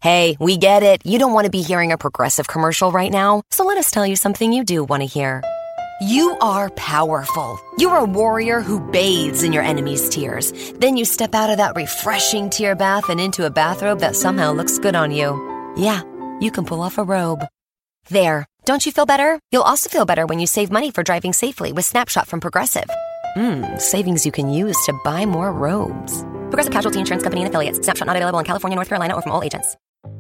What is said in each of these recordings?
Hey, we get it. You don't want to be hearing a Progressive commercial right now, so let us tell you something you do want to hear. You are powerful. You're a warrior who bathes in your enemy's tears. Then you step out of that refreshing tear bath and into a bathrobe that somehow looks good on you. Yeah, you can pull off a robe. There. Don't you feel better? You'll also feel better when you save money for driving safely with Snapshot from Progressive. Savings you can use to buy more robes. Progressive Casualty Insurance Company and Affiliates. Snapshot not available in California, North Carolina, or from all agents.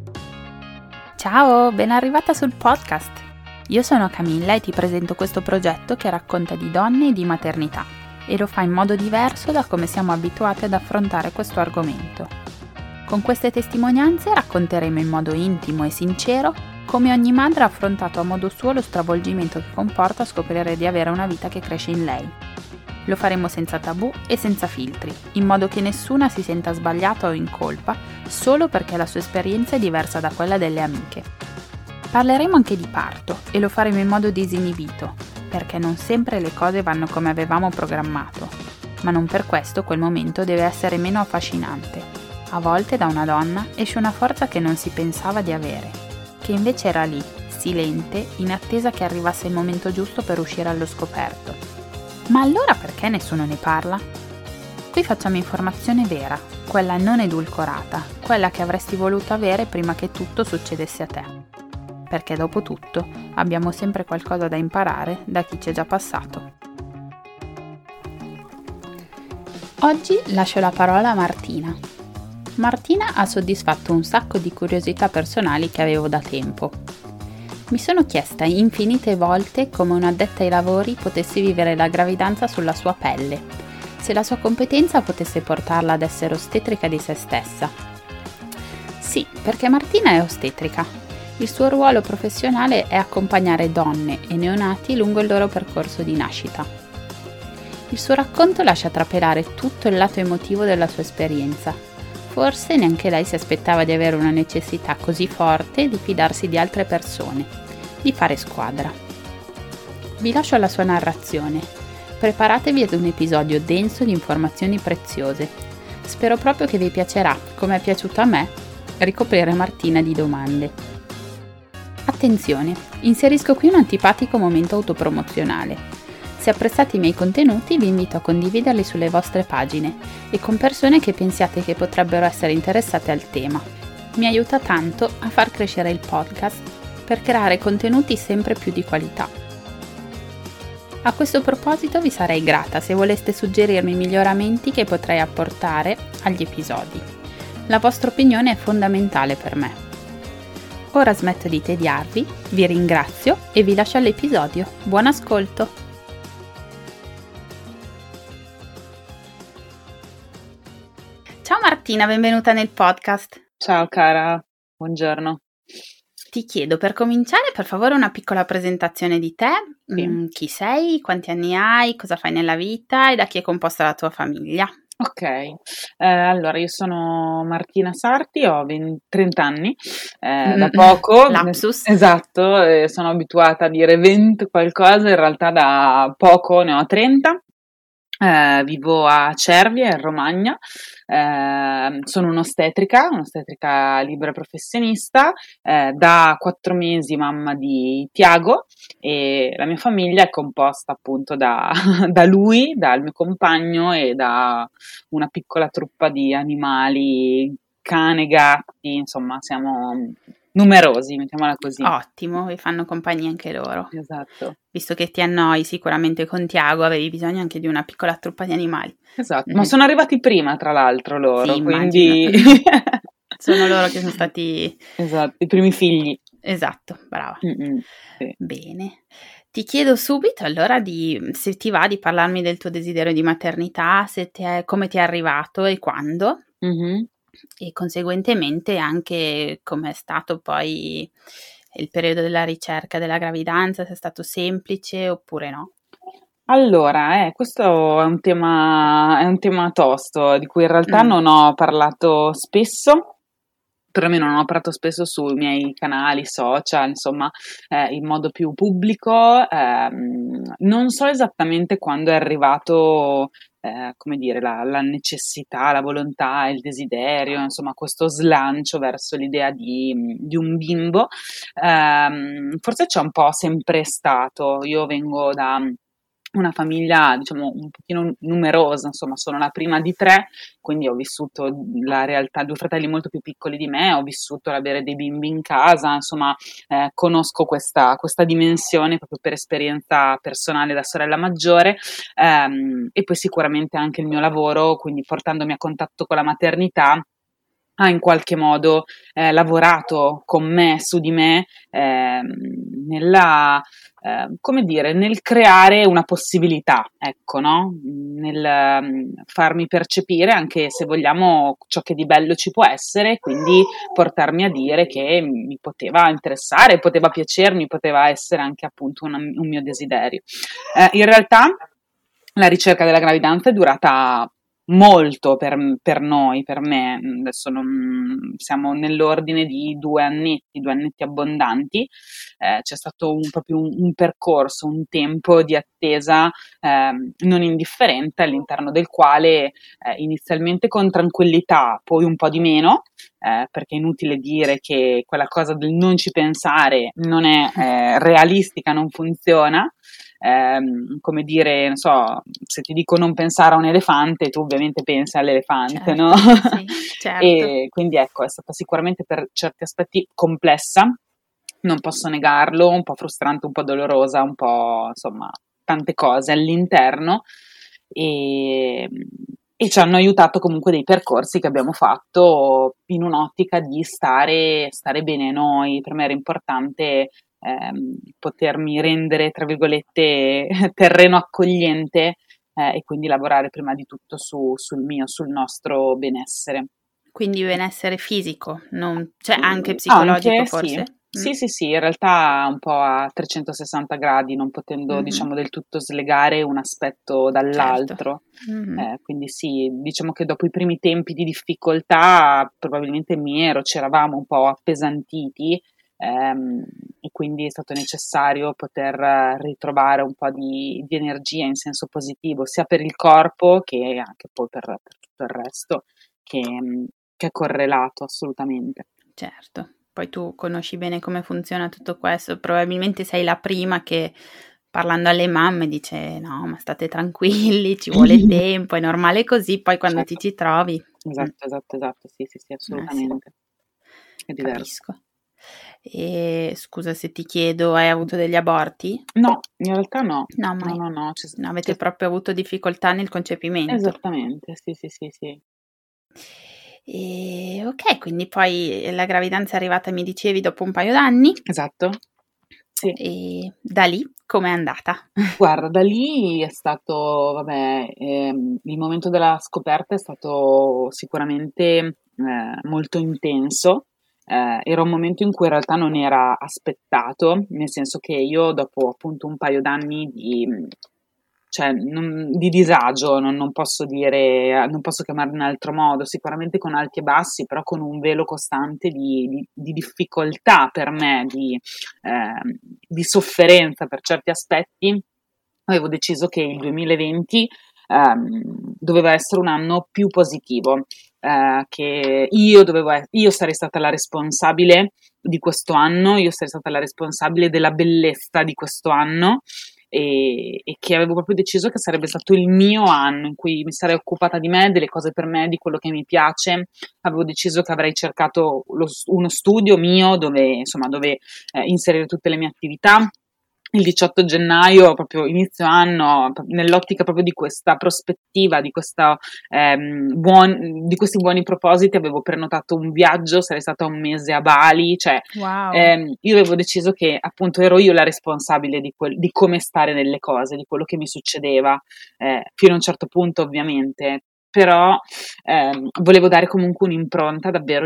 Ciao, ben arrivata sul podcast. Io sono Camilla e ti presento questo progetto che racconta di donne e di maternità e lo fa in modo diverso da come siamo abituati ad affrontare questo argomento. Con queste testimonianze racconteremo in modo intimo e sincero come ogni madre ha affrontato a modo suo lo stravolgimento che comporta scoprire di avere una vita che cresce in lei. Lo faremo senza tabù e senza filtri, in modo che nessuna si senta sbagliata o in colpa solo perché la sua esperienza è diversa da quella delle amiche. Parleremo anche di parto e lo faremo in modo disinibito, perché non sempre le cose vanno come avevamo programmato, ma non per questo quel momento deve essere meno affascinante. A volte da una donna esce una forza che non si pensava di avere, che invece era lì, silente, in attesa che arrivasse il momento giusto per uscire allo scoperto. Ma allora perché nessuno ne parla? Qui facciamo informazione vera, quella non edulcorata, quella che avresti voluto avere prima che tutto succedesse a te. Perché dopo tutto abbiamo sempre qualcosa da imparare da chi ci è già passato. Oggi lascio la parola a Martina. Martina ha soddisfatto un sacco di curiosità personali che avevo da tempo. Mi sono chiesta infinite volte come un'addetta ai lavori potesse vivere la gravidanza sulla sua pelle, se la sua competenza potesse portarla ad essere ostetrica di se stessa. Sì, perché Martina è ostetrica. Il suo ruolo professionale è accompagnare donne e neonati lungo il loro percorso di nascita. Il suo racconto lascia trapelare tutto il lato emotivo della sua esperienza. Forse neanche lei si aspettava di avere una necessità così forte di fidarsi di altre persone, di fare squadra. Vi lascio alla sua narrazione. Preparatevi ad un episodio denso di informazioni preziose. Spero proprio che vi piacerà, come è piaciuto a me, ricoprire Martina di domande. Attenzione, inserisco qui un antipatico momento autopromozionale. Se apprezzate i miei contenuti vi invito a condividerli sulle vostre pagine e con persone che pensiate che potrebbero essere interessate al tema. Mi aiuta tanto a far crescere il podcast per creare contenuti sempre più di qualità. A questo proposito vi sarei grata se voleste suggerirmi miglioramenti che potrei apportare agli episodi. La vostra opinione è fondamentale per me. Ora smetto di tediarvi, vi ringrazio e vi lascio all'episodio. Buon ascolto! Ciao Martina, benvenuta nel podcast. Ciao cara, buongiorno. Ti chiedo per cominciare per favore una piccola presentazione di te, Sì. Chi sei, quanti anni hai, cosa fai nella vita e da chi è composta la tua famiglia. Ok, allora io sono Martina Sarti, ho 30 anni, da poco, Lapsus. Esatto, sono abituata a dire 20 qualcosa, in realtà da poco ne ho 30. Vivo a Cervia, in Romagna, sono un'ostetrica libera professionista, da 4 mesi mamma di Tiago e la mia famiglia è composta appunto da lui, dal mio compagno e da una piccola truppa di animali, cane, gatti, insomma siamo numerosi, mettiamola così. Ottimo, vi fanno compagnia anche loro. Esatto. Visto che ti annoi sicuramente con Tiago, avevi bisogno anche di una piccola truppa di animali. Esatto, ma sono arrivati prima tra l'altro loro, Sì, quindi sono loro che sono stati... Esatto, i primi figli. Esatto, brava. Sì. Bene. Ti chiedo subito allora se ti va di parlarmi del tuo desiderio di maternità, come ti è arrivato e quando. Mm-hmm. E conseguentemente anche come è stato poi il periodo della ricerca della gravidanza, se è stato semplice oppure no. Allora, questo è un tema tosto, di cui in realtà non ho parlato spesso, perlomeno non ho parlato spesso sui miei canali social, insomma, in modo più pubblico. Non so esattamente quando è arrivato come dire, la necessità, la volontà, il desiderio, insomma, questo slancio verso l'idea di un bimbo. Forse c'è un po' sempre stato. Io vengo da una famiglia, diciamo, un pochino numerosa, insomma, sono la prima di tre, quindi ho vissuto la realtà, due fratelli molto più piccoli di me, ho vissuto l'avere dei bimbi in casa, insomma, conosco questa dimensione proprio per esperienza personale da sorella maggiore, e poi sicuramente anche il mio lavoro, quindi portandomi a contatto con la maternità, ha in qualche modo lavorato con me, su di me, nella, come dire, nel creare una possibilità, ecco, no? Nel farmi percepire anche, se vogliamo, ciò che di bello ci può essere, quindi portarmi a dire che mi poteva interessare, poteva piacermi, poteva essere anche appunto un mio desiderio. In realtà la ricerca della gravidanza è durata molto per noi, per me. Adesso siamo nell'ordine di 2 annetti abbondanti. C'è stato proprio un percorso, un tempo di attesa non indifferente, all'interno del quale inizialmente con tranquillità, poi un po' di meno, perché è inutile dire che quella cosa del non ci pensare non è realistica, non funziona. Come dire, non so, se ti dico non pensare a un elefante, tu ovviamente pensi all'elefante, Certo, no? sì, certo. E quindi ecco, è stata sicuramente per certi aspetti complessa, non posso negarlo, un po' frustrante, un po' dolorosa, un po' insomma tante cose all'interno, e, e ci hanno aiutato comunque dei percorsi che abbiamo fatto in un'ottica di stare bene noi. Per me era importante potermi rendere, tra virgolette, terreno accogliente, e quindi lavorare prima di tutto sul nostro benessere. Quindi benessere fisico, cioè anche psicologico Anche forse? sì, in realtà un po' a 360 gradi, non potendo, diciamo, del tutto slegare un aspetto Certo. dall'altro. Quindi sì, diciamo che dopo i primi tempi di difficoltà probabilmente ci eravamo un po' appesantiti, e quindi è stato necessario poter ritrovare un po' di energia in senso positivo, sia per il corpo che anche poi per tutto il resto che è correlato assolutamente. Certo, poi tu conosci bene come funziona tutto questo, probabilmente sei la prima che parlando alle mamme dice no, ma state tranquilli, ci vuole tempo, è normale così, poi quando Certo. ti ci trovi. Esatto, sì, assolutamente. È diverso. Capisco. E scusa se ti chiedo, hai avuto degli aborti? No, in realtà no. No, mai. No. No, avete proprio avuto difficoltà nel concepimento. Esattamente, sì. E ok, quindi poi la gravidanza è arrivata, mi dicevi, dopo un paio d'anni. Esatto, sì. E da lì com'è andata? Guarda, da lì è stato, vabbè, il momento della scoperta è stato sicuramente molto intenso. Era un momento in cui in realtà non era aspettato, nel senso che io dopo appunto un paio d'anni di disagio, non posso dire, non posso chiamarlo in altro modo, sicuramente con alti e bassi, però con un velo costante di difficoltà per me, di sofferenza per certi aspetti, avevo deciso che il 2020 doveva essere un anno più positivo, che io sarei stata la responsabile di questo anno, io sarei stata la responsabile della bellezza di questo anno, e che avevo proprio deciso che sarebbe stato il mio anno in cui mi sarei occupata di me, delle cose per me, di quello che mi piace. Avevo deciso che avrei cercato uno studio mio dove inserire tutte le mie attività. Il 18 gennaio, proprio inizio anno, nell'ottica proprio di questa prospettiva, di questi buoni propositi, avevo prenotato un viaggio, sarei stata un mese a Bali, cioè Wow. io avevo deciso che appunto ero io la responsabile di come stare nelle cose, di quello che mi succedeva, fino a un certo punto ovviamente, però volevo dare comunque un'impronta davvero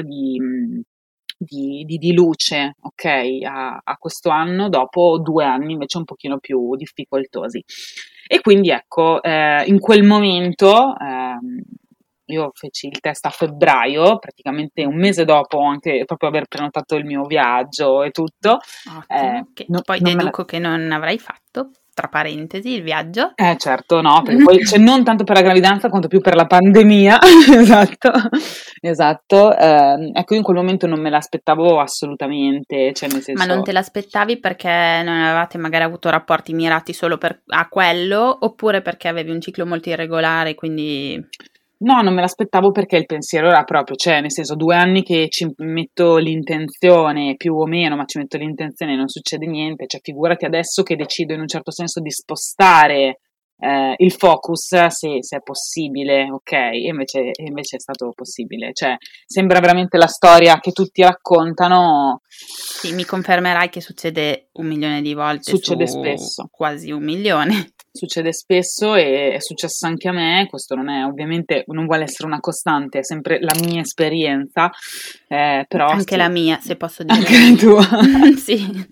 di luce, ok, a questo anno, dopo 2 anni invece un pochino più difficoltosi. E quindi ecco, in quel momento io feci il test a febbraio, praticamente un mese dopo anche proprio aver prenotato il mio viaggio e tutto. Ottimo, che poi deduco che non avrai fatto. tra parentesi, il viaggio. Certo, no, perché poi cioè, non tanto per la gravidanza quanto più per la pandemia, esatto. Ecco, io in quel momento non me l'aspettavo assolutamente, cioè nel Ma non senso, te l'aspettavi perché non avevate magari avuto rapporti mirati solo a quello, oppure perché avevi un ciclo molto irregolare, quindi... no, non me l'aspettavo perché il pensiero era proprio, cioè nel senso 2 anni che ci metto l'intenzione, più o meno, ma ci metto l'intenzione e non succede niente, cioè figurati adesso che decido in un certo senso di spostare il focus se è possibile, ok? E invece è stato possibile, cioè sembra veramente la storia che tutti raccontano, Sì, mi confermerai che succede 1 milione di volte succede su spesso. quasi 1 milione. Succede spesso e è successo anche a me, questo non è ovviamente, non vuole essere una costante, è sempre la mia esperienza, però Anche sì, la mia, se posso dire. anche la tua. Sì.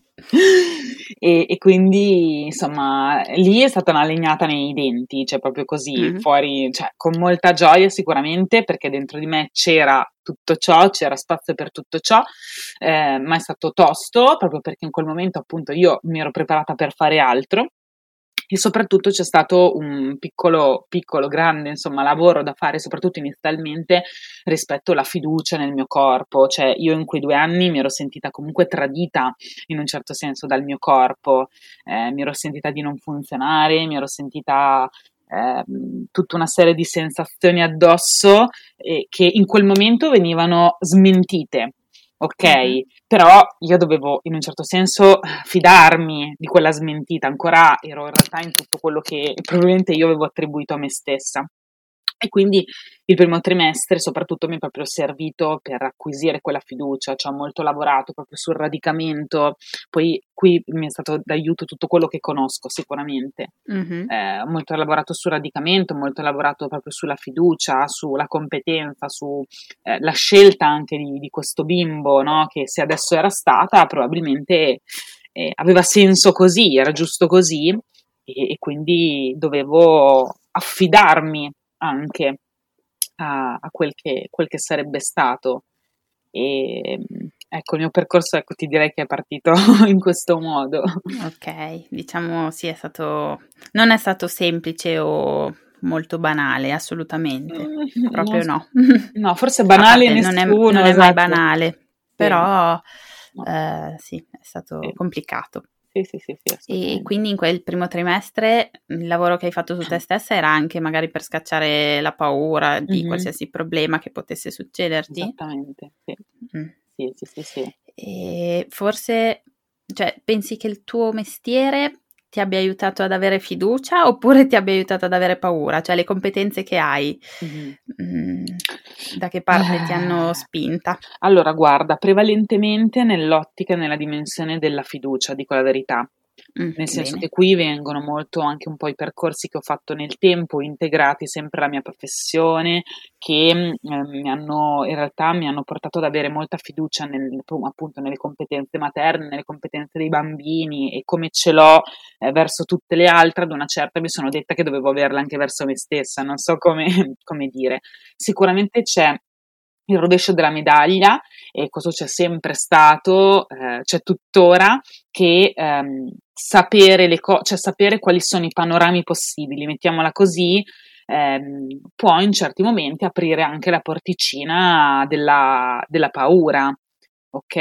E quindi insomma lì è stata una legnata nei denti, cioè proprio così, Mhm. fuori, cioè con molta gioia sicuramente perché dentro di me c'era tutto ciò, c'era spazio per tutto ciò, ma è stato tosto proprio perché in quel momento appunto io mi ero preparata per fare altro. E soprattutto c'è stato un piccolo, grande, insomma, lavoro da fare, soprattutto inizialmente, rispetto alla fiducia nel mio corpo. Cioè, io in quei 2 anni mi ero sentita comunque tradita, in un certo senso, dal mio corpo. Mi ero sentita di non funzionare, mi ero sentita tutta una serie di sensazioni addosso che in quel momento venivano smentite. Ok, Mhm. però io dovevo in un certo senso fidarmi di quella smentita, ancora ero in realtà in tutto quello che probabilmente io avevo attribuito a me stessa. E quindi il primo trimestre soprattutto mi è proprio servito per acquisire quella fiducia, cioè ho molto lavorato proprio sul radicamento, poi qui mi è stato d'aiuto tutto quello che conosco sicuramente. Mhm. Ho molto lavorato sul radicamento, molto lavorato proprio sulla fiducia, sulla competenza, su la scelta anche di questo bimbo, no? Che se adesso era stata, probabilmente aveva senso così, era giusto così, e quindi dovevo affidarmi anche a quel che sarebbe stato. E ecco, il mio percorso, ecco, ti direi che è partito in questo modo. Ok, diciamo sì, non è stato semplice o molto banale, assolutamente, Non proprio so. no. No, forse A banale parte, nessuno, non è mai esatto. banale, Sì, però no, sì, è stato sì, complicato. sì, sì, sì, sì, E assolutamente. quindi in quel primo trimestre il lavoro che hai fatto su te stessa era anche magari per scacciare la paura di Mhm, qualsiasi problema che potesse succederti? esattamente, sì. Mm. Sì, sì, sì, sì. E forse, cioè, pensi che il tuo mestiere ti abbia aiutato ad avere fiducia oppure ti abbia aiutato ad avere paura? Cioè, le competenze che hai, Mhm. mm, da che parte ti hanno Eh, spinta? Allora, guarda, prevalentemente nell'ottica e nella dimensione della fiducia, dico la verità. Nel senso Bene. che qui vengono molto anche un po' i percorsi che ho fatto nel tempo, integrati sempre alla mia professione, che in realtà mi hanno portato ad avere molta fiducia appunto nelle competenze materne, nelle competenze dei bambini e come ce l'ho verso tutte le altre, ad una certa mi sono detta che dovevo averla anche verso me stessa, non so come, come dire. Sicuramente c'è il rovescio della medaglia e questo c'è sempre stato, c'è tuttora, che sapere cioè sapere quali sono i panorami possibili, mettiamola così, può in certi momenti aprire anche la porticina della paura, ok?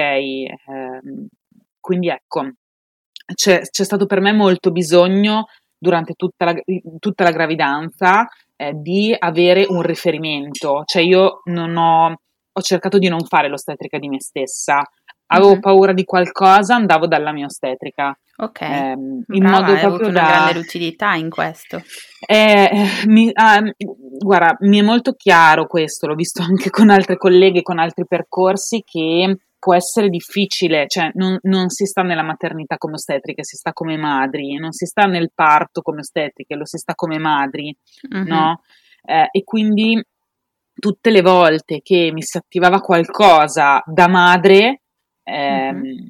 Quindi ecco, c'è stato per me molto bisogno durante tutta la gravidanza di avere un riferimento, cioè io non ho cercato di non fare l'ostetrica di me stessa, avevo Mhm. paura di qualcosa, andavo dalla mia ostetrica, Ok, in brava, modo hai proprio avuto una grande da... lucidità in questo. Eh, guarda, mi è molto chiaro questo, l'ho visto anche con altre colleghe, con altri percorsi, che può essere difficile, cioè non si sta nella maternità come ostetriche, si sta come madri, non si sta nel parto come ostetriche, lo si sta come madri, Mhm. no? E quindi tutte le volte che mi si attivava qualcosa da madre, ehm, Mhm.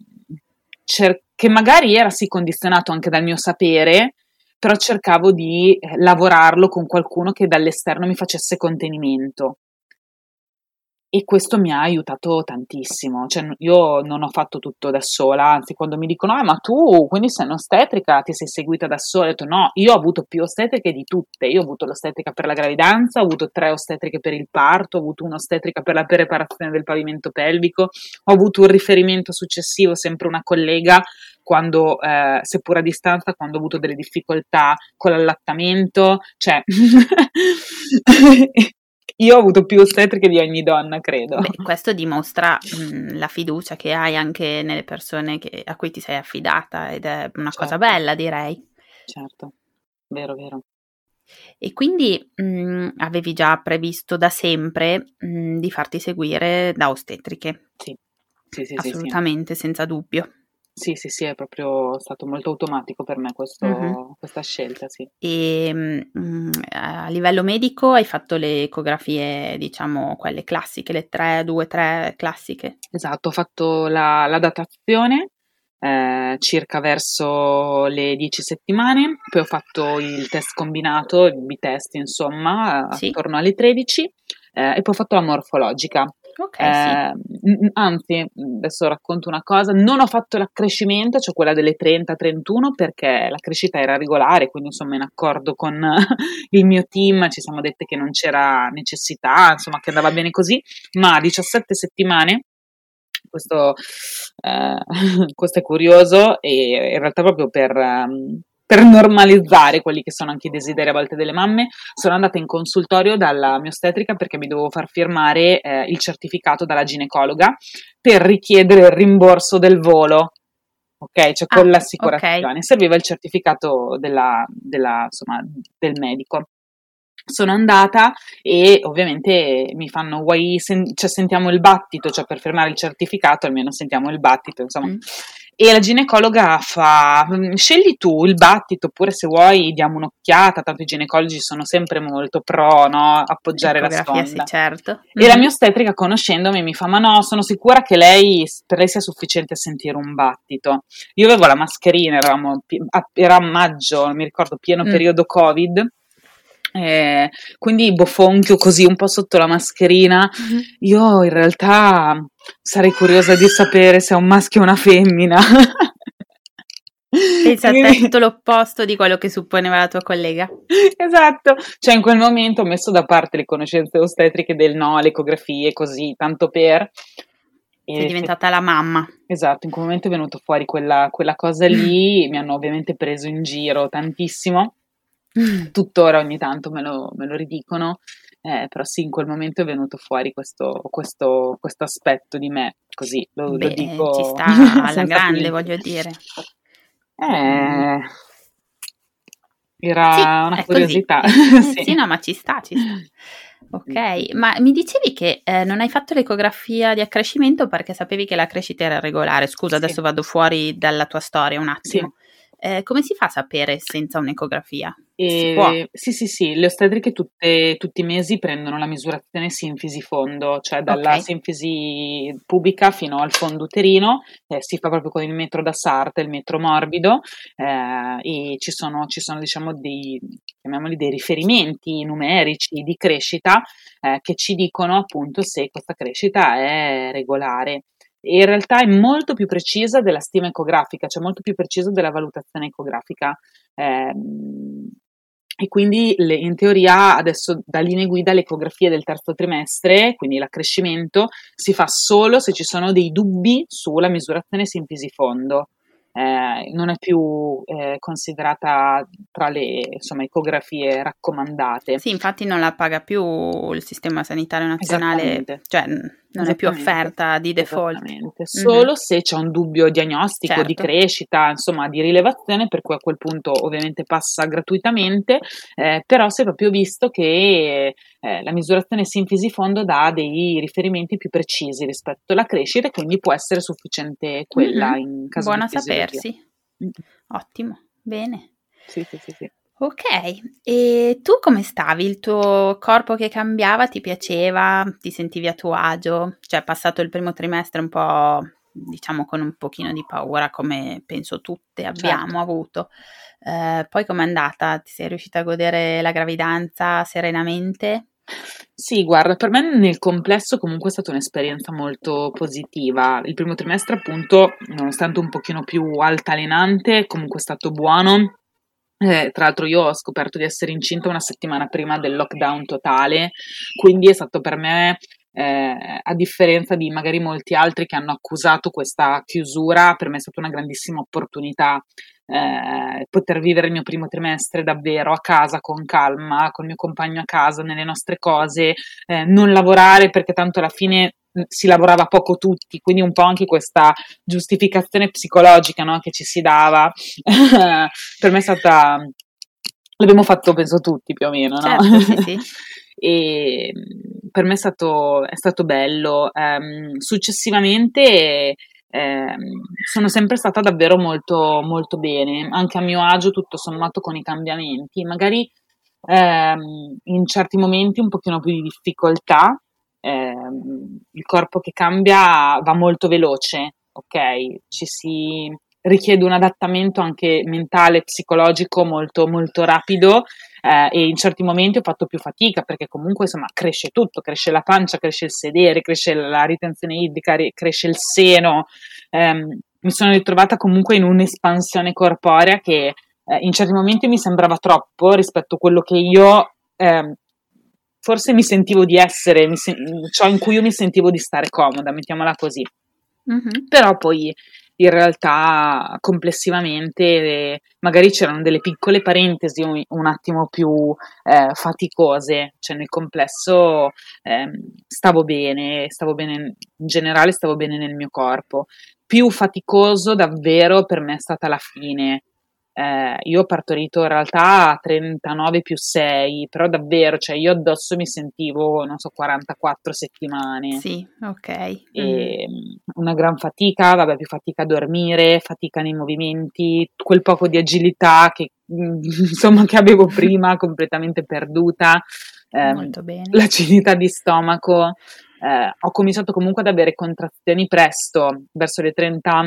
che magari era sì condizionato anche dal mio sapere, però cercavo di lavorarlo con qualcuno che dall'esterno mi facesse contenimento. E questo mi ha aiutato tantissimo, cioè io non ho fatto tutto da sola, anzi quando mi dicono ma tu quindi sei un'ostetrica, ti sei seguita da sola, ho detto no, io ho avuto più ostetriche di tutte, io ho avuto l'ostetrica per la gravidanza, ho avuto 3 ostetriche per il parto, ho avuto un'ostetrica per la preparazione del pavimento pelvico, ho avuto un riferimento successivo, sempre una collega, quando, seppur a distanza, quando ho avuto delle difficoltà con l'allattamento, cioè io ho avuto più ostetriche di ogni donna, credo. Beh, questo dimostra la fiducia che hai anche nelle persone a cui ti sei affidata ed è una cosa bella, direi. Certo, vero, vero. E quindi avevi già previsto da sempre di farti seguire da ostetriche? Sì. Assolutamente, senza dubbio. Sì, è proprio stato molto automatico per me questa scelta, sì. E a livello medico hai fatto le ecografie, diciamo, quelle classiche, le 2-3 classiche? Esatto, ho fatto la datazione circa verso le 10 settimane, poi ho fatto il test combinato, il B-test insomma, Sì. attorno alle 13 e poi ho fatto la morfologica. Ok, sì. Anzi, adesso racconto una cosa, non ho fatto l'accrescimento, cioè quella delle 30-31 perché la crescita era regolare, quindi insomma in accordo con il mio team ci siamo dette che non c'era necessità, insomma che andava bene così, ma a 17 settimane questo, questo è curioso e in realtà proprio per normalizzare quelli che sono anche i desideri a volte delle mamme, sono andata in consultorio dalla mia ostetrica perché mi dovevo far firmare il certificato dalla ginecologa per richiedere il rimborso del volo. Ok, cioè con l'assicurazione. Okay. Serviva il certificato insomma, del medico. Sono andata e ovviamente mi fanno cioè sentiamo il battito, cioè per firmare il certificato almeno sentiamo il battito, insomma. E la ginecologa fa: scegli tu il battito oppure se vuoi diamo un'occhiata, tanto i ginecologi sono sempre molto pro, no, appoggiare la Ecografia, sonda. sì, certo. E la mia ostetrica conoscendomi mi fa: ma no, sono sicura che per lei sia sufficiente sentire un battito. Io avevo la mascherina, era a maggio, mi ricordo, pieno periodo Covid. Quindi bofonchio così un po' sotto la mascherina. Io in realtà sarei curiosa di sapere se è un maschio o una femmina. Pensa a te, tutto l'opposto di quello che supponeva la tua collega. Esatto, cioè in quel momento ho messo da parte le conoscenze ostetriche del no, le ecografie, così, tanto per. Sei diventata la mamma. Esatto, in quel momento è venuto fuori quella cosa lì, mi hanno ovviamente preso in giro tantissimo. Tuttora ogni tanto me lo ridicono, però sì, in quel momento è venuto fuori questo aspetto di me, così lo dico ci sta alla senza grande, filtri. voglio dire. Era Sì, una è curiosità. così. Sì, no, ma ci sta. Ok, ma mi dicevi che non hai fatto l'ecografia di accrescimento perché sapevi che la crescita era regolare. Scusa, Sì. adesso vado fuori dalla tua storia un attimo. Sì. Come si fa a sapere senza un'ecografia? Si può? Sì, le ostetriche tutti i mesi prendono la misurazione sinfisi fondo, cioè dalla sinfisi pubica fino al fondo uterino, si fa proprio con il metro da Sartre, il metro morbido, e ci sono diciamo chiamiamoli dei riferimenti numerici di crescita che ci dicono appunto se questa crescita è regolare. E in realtà è molto più precisa della stima ecografica, cioè molto più precisa della valutazione ecografica. E quindi in teoria adesso da linee guida l'ecografia del terzo trimestre, quindi l'accrescimento, si fa solo se ci sono dei dubbi sulla misurazione sinfisi fondo. Non è più considerata tra le ecografie raccomandate. Sì, infatti non la paga più il Sistema Sanitario Nazionale, cioè non è più offerta di default. Solo se c'è un dubbio diagnostico di crescita, insomma di rilevazione, per cui a quel punto ovviamente passa gratuitamente, però si è proprio visto che la misurazione sinfisi fondo dà dei riferimenti più precisi rispetto alla crescita e quindi può essere sufficiente quella in caso Buona di fisiologia. Sapersi. Ottimo, bene. Sì. Ok, e tu come stavi? Il tuo corpo che cambiava ti piaceva? Ti sentivi a tuo agio? Cioè, passato il primo trimestre un po', diciamo, con un pochino di paura, come penso tutte abbiamo avuto. Poi com'è andata? Ti sei riuscita a godere la gravidanza serenamente? Sì, guarda, per me nel complesso comunque è stata un'esperienza molto positiva. Il primo trimestre, appunto, nonostante un pochino più altalenante, comunque è stato buono. Tra l'altro io ho scoperto di essere incinta una settimana prima del lockdown totale, quindi è stato per me, a differenza di magari molti altri che hanno accusato questa chiusura, per me è stata una grandissima opportunità, poter vivere il mio primo trimestre davvero a casa con calma, col mio compagno a casa, nelle nostre cose, non lavorare perché tanto alla fine si lavorava poco tutti, quindi un po' anche questa giustificazione psicologica, no, che ci si dava. Per me è stata, l'abbiamo fatto penso tutti più o meno, no? Certo, sì, sì. E per me è stato bello. Successivamente sono sempre stata davvero molto, molto bene, anche a mio agio tutto sommato con i cambiamenti, magari in certi momenti un pochino più di difficoltà, il corpo che cambia va molto veloce, ok? Ci si richiede un adattamento anche mentale, psicologico molto, molto rapido, e in certi momenti ho fatto più fatica perché comunque insomma cresce tutto, cresce la pancia, cresce il sedere, cresce la ritenzione idrica, cresce il seno. Mi sono ritrovata comunque in un'espansione corporea che in certi momenti mi sembrava troppo rispetto a quello che io forse mi sentivo di essere, ciò in cui io mi sentivo di stare comoda, mettiamola così. Mhm. Però poi in realtà complessivamente magari c'erano delle piccole parentesi un attimo più faticose, cioè nel complesso stavo bene in generale, stavo bene nel mio corpo. Più faticoso davvero per me è stata la fine. Io ho partorito in realtà a 39 più 6, però davvero, cioè io addosso mi sentivo, non so, 44 settimane. Sì, ok. E una gran fatica, vabbè, più fatica a dormire, fatica nei movimenti, quel poco di agilità che insomma che avevo prima, completamente perduta, Molto bene. l'acidità di stomaco. Ho cominciato comunque ad avere contrazioni presto, verso le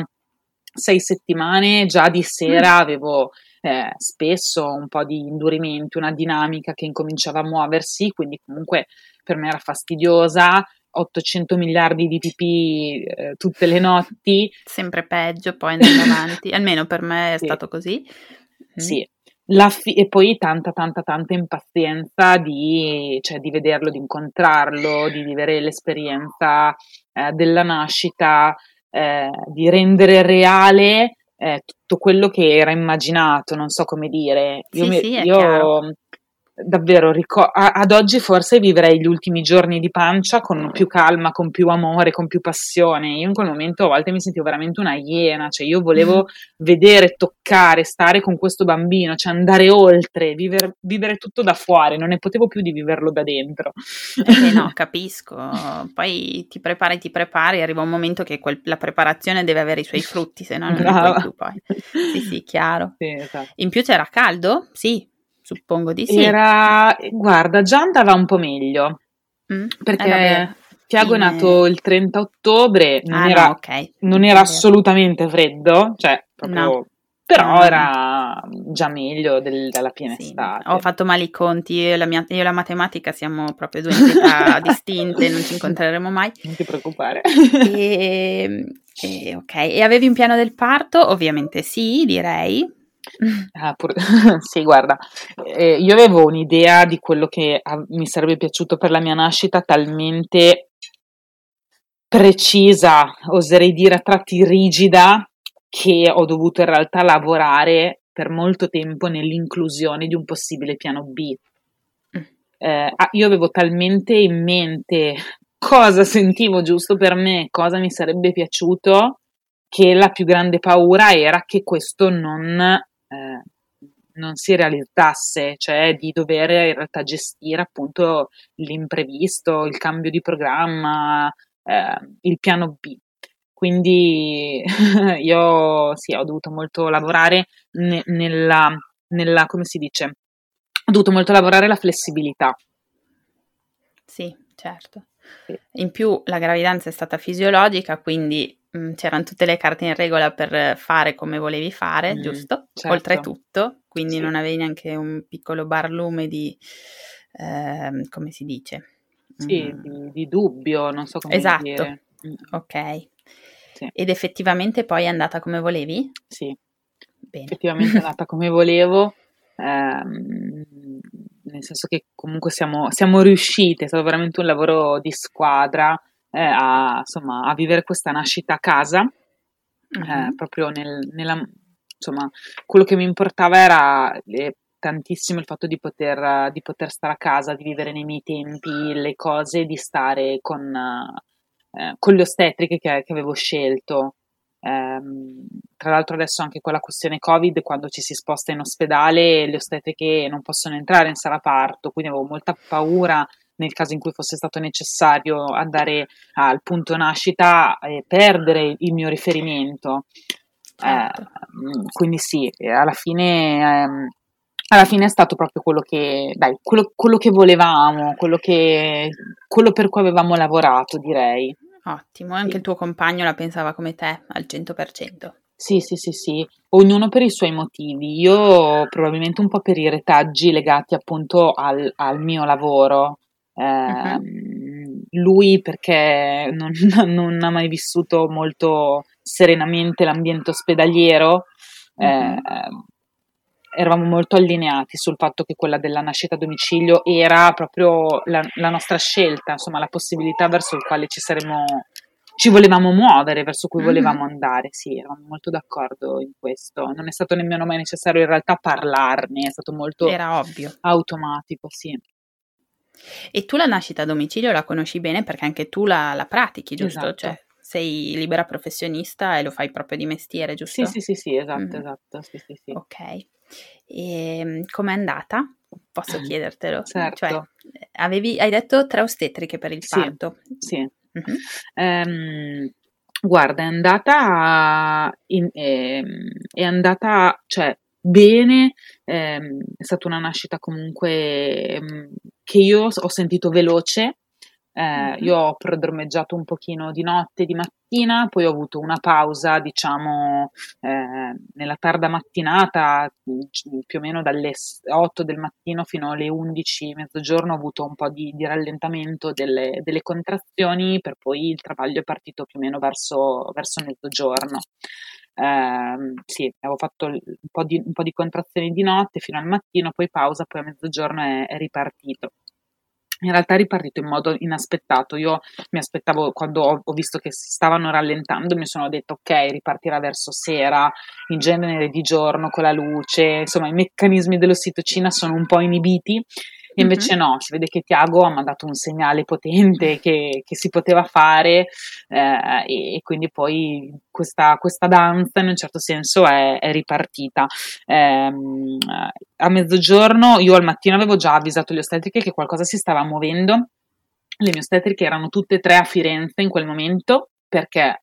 36 settimane, già di sera avevo spesso un po' di indurimenti, una dinamica che incominciava a muoversi, quindi comunque per me era fastidiosa. 800 miliardi di pipì tutte le notti. Sempre peggio poi andando avanti, almeno per me è Sì, stato così. sì. E poi tanta, tanta, tanta impazienza cioè, di vederlo, di incontrarlo, di vivere l'esperienza della nascita, di rendere reale tutto quello che era immaginato, non so come dire. Sì, sì, è chiaro. Io davvero ad oggi forse vivrei gli ultimi giorni di pancia con più calma, con più amore, con più passione. Io in quel momento a volte mi sentivo veramente una iena, cioè io volevo vedere, toccare, stare con questo bambino, cioè andare oltre, vivere tutto da fuori, non ne potevo più di viverlo da dentro. No, capisco. Poi ti prepari, arriva un momento che la preparazione deve avere i suoi frutti, se no non ne puoi Brava. più poi. Sì, sì, chiaro. Sì, esatto. In più c'era caldo? Sì, suppongo di sì. Guarda, già andava un po' meglio, perché vabbè, Tiago è nato il 30 ottobre, non era, no, ok. non era assolutamente freddo, cioè proprio, No. però No. era già meglio della piena Sì, estate. ho fatto male i conti, io e la matematica siamo proprio due entità distinte, non ci incontreremo mai. Non ti preoccupare. Ok, e avevi un piano del parto? Ovviamente sì, direi. Sì, guarda, io avevo un'idea di quello che mi sarebbe piaciuto per la mia nascita talmente precisa, oserei dire a tratti rigida, che ho dovuto in realtà lavorare per molto tempo nell'inclusione di un possibile piano B. Io avevo talmente in mente cosa sentivo giusto per me, cosa mi sarebbe piaciuto, che la più grande paura era che questo non si realizzasse, cioè di dover in realtà gestire appunto l'imprevisto, il cambio di programma, il piano B. Quindi io sì, ho dovuto molto lavorare nella, come si dice, ho dovuto molto lavorare la flessibilità. Sì, certo. Sì. In più la gravidanza è stata fisiologica, quindi c'erano tutte le carte in regola per fare come volevi fare, giusto? Certo. Oltretutto, quindi Sì. non avevi neanche un piccolo barlume di come si dice? Sì, di dubbio, non so come Esatto, dire. ok. Sì. Ed effettivamente poi è andata come volevi? Sì, Bene. effettivamente è andata come volevo, nel senso che comunque siamo riusciti, è stato veramente un lavoro di squadra, insomma, a vivere questa nascita a casa, proprio insomma, quello che mi importava era tantissimo il fatto di poter stare a casa, di vivere nei miei tempi le cose, di stare con le ostetriche che avevo scelto. Tra l'altro adesso anche con la questione Covid, quando ci si sposta in ospedale, le ostetriche non possono entrare in sala parto, quindi avevo molta paura nel caso in cui fosse stato necessario andare al punto nascita e perdere il mio riferimento. Certo. Quindi sì, alla fine è stato proprio quello che volevamo, quello per cui avevamo lavorato, direi. Ottimo, anche Sì. il tuo compagno la pensava come te al 100%. Sì, sì, sì, sì, ognuno per i suoi motivi. Io probabilmente un po' per i retaggi legati appunto al mio lavoro. Mhm, Lui perché non ha mai vissuto molto serenamente l'ambiente ospedaliero. eh, mhm. Eravamo molto allineati sul fatto che quella della nascita a domicilio era proprio la nostra scelta, insomma, la possibilità verso il quale ci volevamo muovere, verso cui volevamo Mhm. andare. Sì, eravamo molto d'accordo in questo. Non è stato nemmeno mai necessario in realtà parlarne, è stato molto Era ovvio. automatico, sì. E tu la nascita a domicilio la conosci bene perché anche tu la pratichi, giusto? Esatto. Cioè, sei libera professionista e lo fai proprio di mestiere, Sì, giusto? sì, sì, sì, esatto, Mhm. esatto, sì, sì, sì. Ok. E com'è andata? Posso chiedertelo? Cioè, Certo. hai detto 3 ostetriche per il Sì, parto. sì. Mhm. Guarda, è andata, cioè, bene, è stata una nascita comunque che io ho sentito veloce. Io Mhm. ho prodromeggiato un pochino di notte, di mattina, poi ho avuto una pausa, diciamo, nella tarda mattinata, più o meno dalle 8 del mattino fino alle 11, mezzogiorno, ho avuto un po' di rallentamento delle contrazioni, per poi il travaglio è partito più o meno verso mezzogiorno. Sì, avevo fatto un po' di contrazioni di notte fino al mattino, poi pausa, poi a mezzogiorno è ripartito. In realtà è ripartito in modo inaspettato. Io mi aspettavo, quando ho visto che si stavano rallentando, mi sono detto ok, ripartirà verso sera, in genere di giorno con la luce, insomma i meccanismi dell'ossitocina sono un po' inibiti. E invece Mhm. no, si vede che Tiago ha mandato un segnale potente che si poteva fare, e quindi poi questa danza in un certo senso è ripartita. A mezzogiorno, io al mattino avevo già avvisato le ostetriche che qualcosa si stava muovendo. Le mie ostetriche erano tutte e tre a Firenze in quel momento perché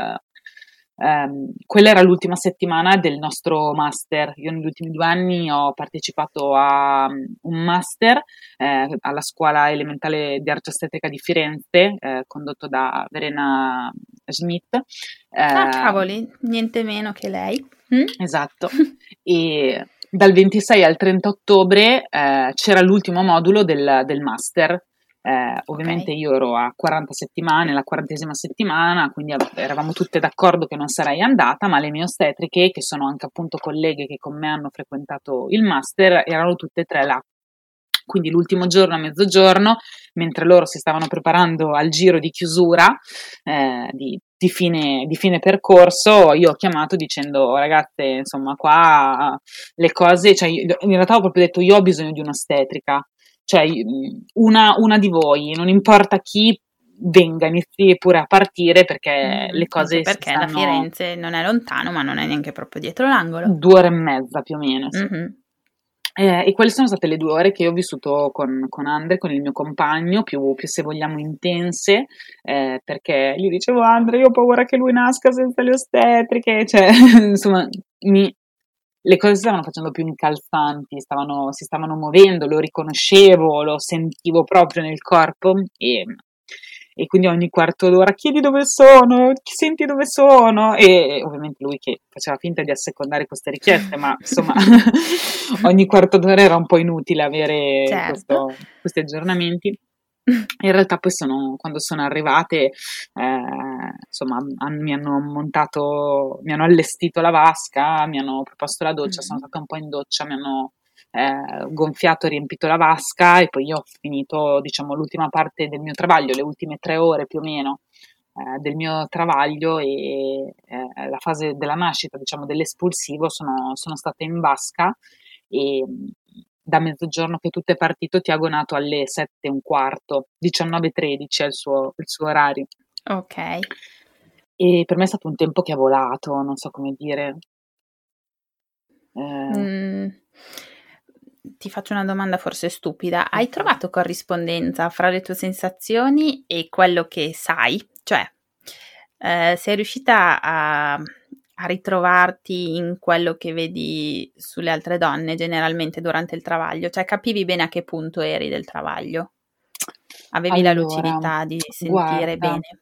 quella era l'ultima settimana del nostro master. Io negli ultimi 2 anni ho partecipato a un master alla scuola elementare di arte ostetrica di Firenze, condotto da Verena Schmidt. Ah, Eh, cavoli, niente meno che lei. Mm? esatto. E dal 26 al 30 ottobre c'era l'ultimo modulo del master. Ok. Ovviamente io ero a 40 settimane, la 40ª settimana, quindi eravamo tutte d'accordo che non sarei andata, ma le mie ostetriche, che sono anche appunto colleghe che con me hanno frequentato il master, erano tutte e tre là. Quindi l'ultimo giorno a mezzogiorno, mentre loro si stavano preparando al giro di chiusura, di fine percorso, io ho chiamato dicendo ragazze, insomma, qua le cose, cioè in realtà ho proprio detto io ho bisogno di un'ostetrica, cioè una di voi, non importa chi venga, inizi pure a partire perché le Mhm. Anche cose si perché da stanno Firenze non è lontano, ma non è neanche proprio dietro l'angolo. 2 ore e mezza più o meno, sì. Mhm. E quelle sono state le 2 ore che io ho vissuto con Andre, con il mio compagno, più se vogliamo intense, perché gli dicevo Andre, io ho paura che lui nasca senza le ostetriche, cioè, insomma, le cose si stavano facendo più incalzanti, si stavano muovendo, lo riconoscevo, lo sentivo proprio nel corpo e quindi ogni quarto d'ora chiedi dove sono, senti dove sono, e ovviamente lui che faceva finta di assecondare queste richieste, ma insomma ogni quarto d'ora era un po' inutile avere Certo. questi aggiornamenti. In realtà poi quando sono arrivate, insomma, mi hanno allestito la vasca, mi hanno proposto la doccia, sono stata un po' in doccia, mi hanno gonfiato e riempito la vasca, e poi io ho finito, diciamo, l'ultima parte del mio travaglio, le ultime 3 ore più o meno del mio travaglio, e la fase della nascita, diciamo, dell'espulsivo sono state in vasca, e da mezzogiorno che tutto è partito, Tiago è nato alle 7:15, 19:13 è il suo orario. Ok. E per me è stato un tempo che ha volato, non so come dire. Ti faccio una domanda forse stupida. Hai trovato corrispondenza fra le tue sensazioni e quello che sai? Cioè, sei riuscita a ritrovarti in quello che vedi sulle altre donne generalmente durante il travaglio? Cioè, capivi bene a che punto eri del travaglio? Avevi la lucidità di sentire guarda, bene?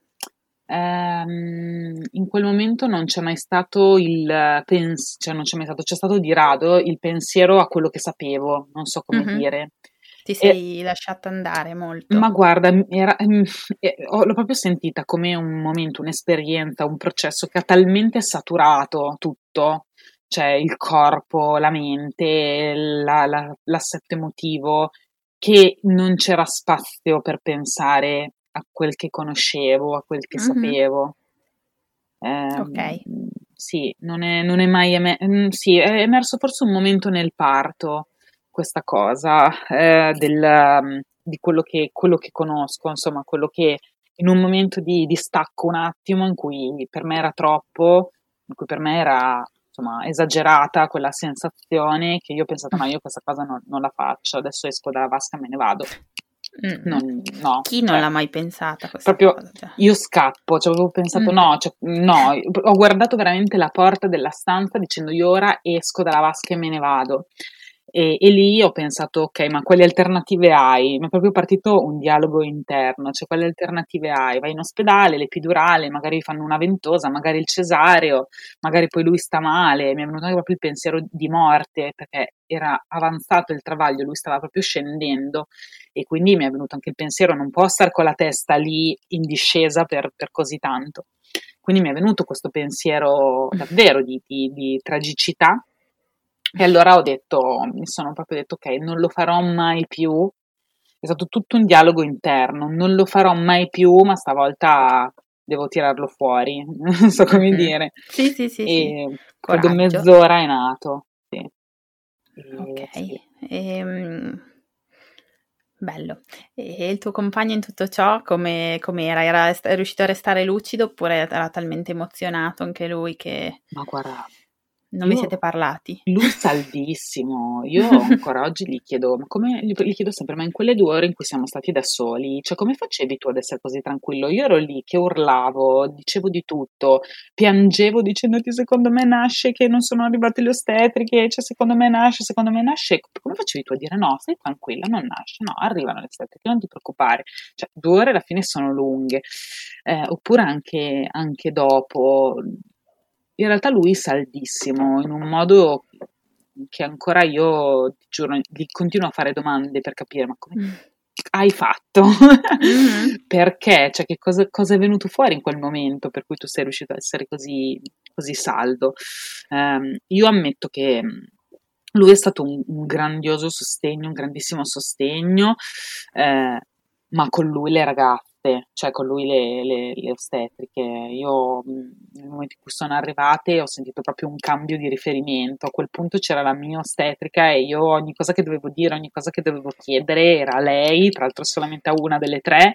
in quel momento non c'è mai stato cioè non c'è mai stato, c'è stato di rado il pensiero a quello che sapevo, non so come dire. Ti sei lasciata andare molto? Ma guarda, l'ho proprio sentita come un momento, un'esperienza, un processo che ha talmente saturato tutto, cioè il corpo, la mente, l'assetto emotivo, che non c'era spazio per pensare a quel che conoscevo, a quel che sapevo. Ok. Sì, non è mai sì, è emerso forse un momento nel parto, questa cosa di quello che conosco, insomma, quello che in un momento di stacco un attimo, in cui per me era troppo, in cui per me era, insomma, esagerata quella sensazione, che io ho pensato, no, io questa cosa non la faccio, adesso esco dalla vasca e me ne vado. No, Chi non l'ha mai pensata questa proprio cosa? Cioè. io scappo, cioè avevo pensato no, ho guardato veramente la porta della stanza dicendo io ora esco dalla vasca e me ne vado. E lì ho pensato, ok, ma quali alternative hai? Mi è proprio partito un dialogo interno, cioè quali alternative hai? Vai in ospedale, l'epidurale, magari fanno una ventosa, magari il cesareo, magari poi lui sta male. Mi è venuto anche proprio il pensiero di morte, perché era avanzato il travaglio, lui stava proprio scendendo, e quindi mi è venuto anche il pensiero, non può stare con la testa lì in discesa per così tanto. Quindi mi è venuto questo pensiero davvero di tragicità. E allora mi sono proprio detto, ok, non lo farò mai più. È stato tutto un dialogo interno, non lo farò mai più, ma stavolta devo tirarlo fuori, non so come dire. Sì. E credo Coraggio. mezz'ora è nato. Sì. Ok. Sì. Bello. E il tuo compagno in tutto ciò com'era? Era riuscito a restare lucido oppure era talmente emozionato anche lui che Ma guarda, non vi siete parlati? lui saldissimo, io ancora oggi gli chiedo, gli chiedo sempre, ma in quelle 2 ore in cui siamo stati da soli, cioè come facevi tu ad essere così tranquillo? Io ero lì che urlavo, dicevo di tutto, piangevo dicendoti secondo me nasce, che non sono arrivate le ostetriche, cioè secondo me nasce, come facevi tu a dire no, stai tranquilla, non nasce, no, arrivano le ostetriche, non ti preoccupare, cioè 2 ore alla fine sono lunghe, oppure anche dopo. In realtà lui saldissimo, in un modo che ancora io, ti giuro, gli continuo a fare domande per capire, ma come hai fatto? Perché? Cioè, che cosa è venuto fuori in quel momento per cui tu sei riuscito a essere così, così saldo? Io ammetto che lui è stato un grandioso sostegno, un grandissimo sostegno, ma con lui le ragazze, cioè con lui le ostetriche. Io nel momento in cui sono arrivate ho sentito proprio un cambio di riferimento. A quel punto c'era la mia ostetrica e io ogni cosa che dovevo dire, ogni cosa che dovevo chiedere era a lei, tra l'altro solamente a una delle 3,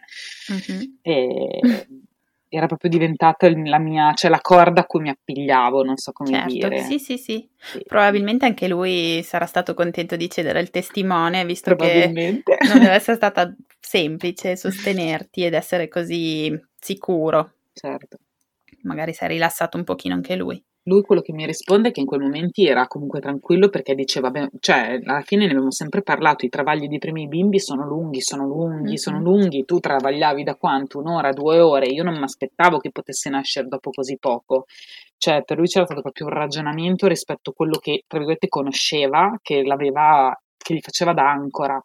e era proprio diventata la mia, cioè la corda a cui mi appigliavo, non so come dire. Sì. Probabilmente anche lui sarà stato contento di cedere il testimone, visto che non deve essere stata semplice sostenerti ed essere così sicuro. Certo. Magari si è rilassato un pochino anche lui. Lui quello che mi risponde è che in quei momenti era comunque tranquillo perché diceva, beh, cioè alla fine ne abbiamo sempre parlato, i travagli dei primi bimbi sono lunghi, sono lunghi, sono Mhm. lunghi, tu travagliavi da quanto? Un'ora, 2 ore, io non mi aspettavo che potesse nascere dopo così poco, cioè per lui c'era stato proprio un ragionamento rispetto a quello che, tra virgolette, conosceva, che gli faceva da ancora.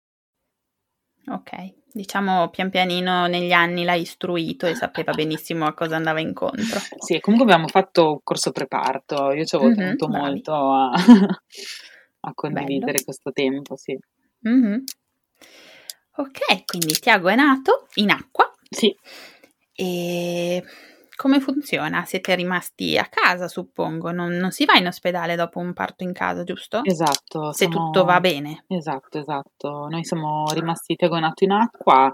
Ok, diciamo pian pianino negli anni l'ha istruito e sapeva benissimo a cosa andava incontro. Sì, comunque abbiamo fatto un corso preparto, io ci avevo tenuto Bravi, molto a, a bello. condividere questo tempo, sì. Mhm. Ok, quindi Tiago è nato in acqua Sì, e come funziona? Siete rimasti a casa, suppongo, non si va in ospedale dopo un parto in casa, giusto? esatto, Se tutto va bene. esatto. Noi siamo rimasti diagonati in acqua,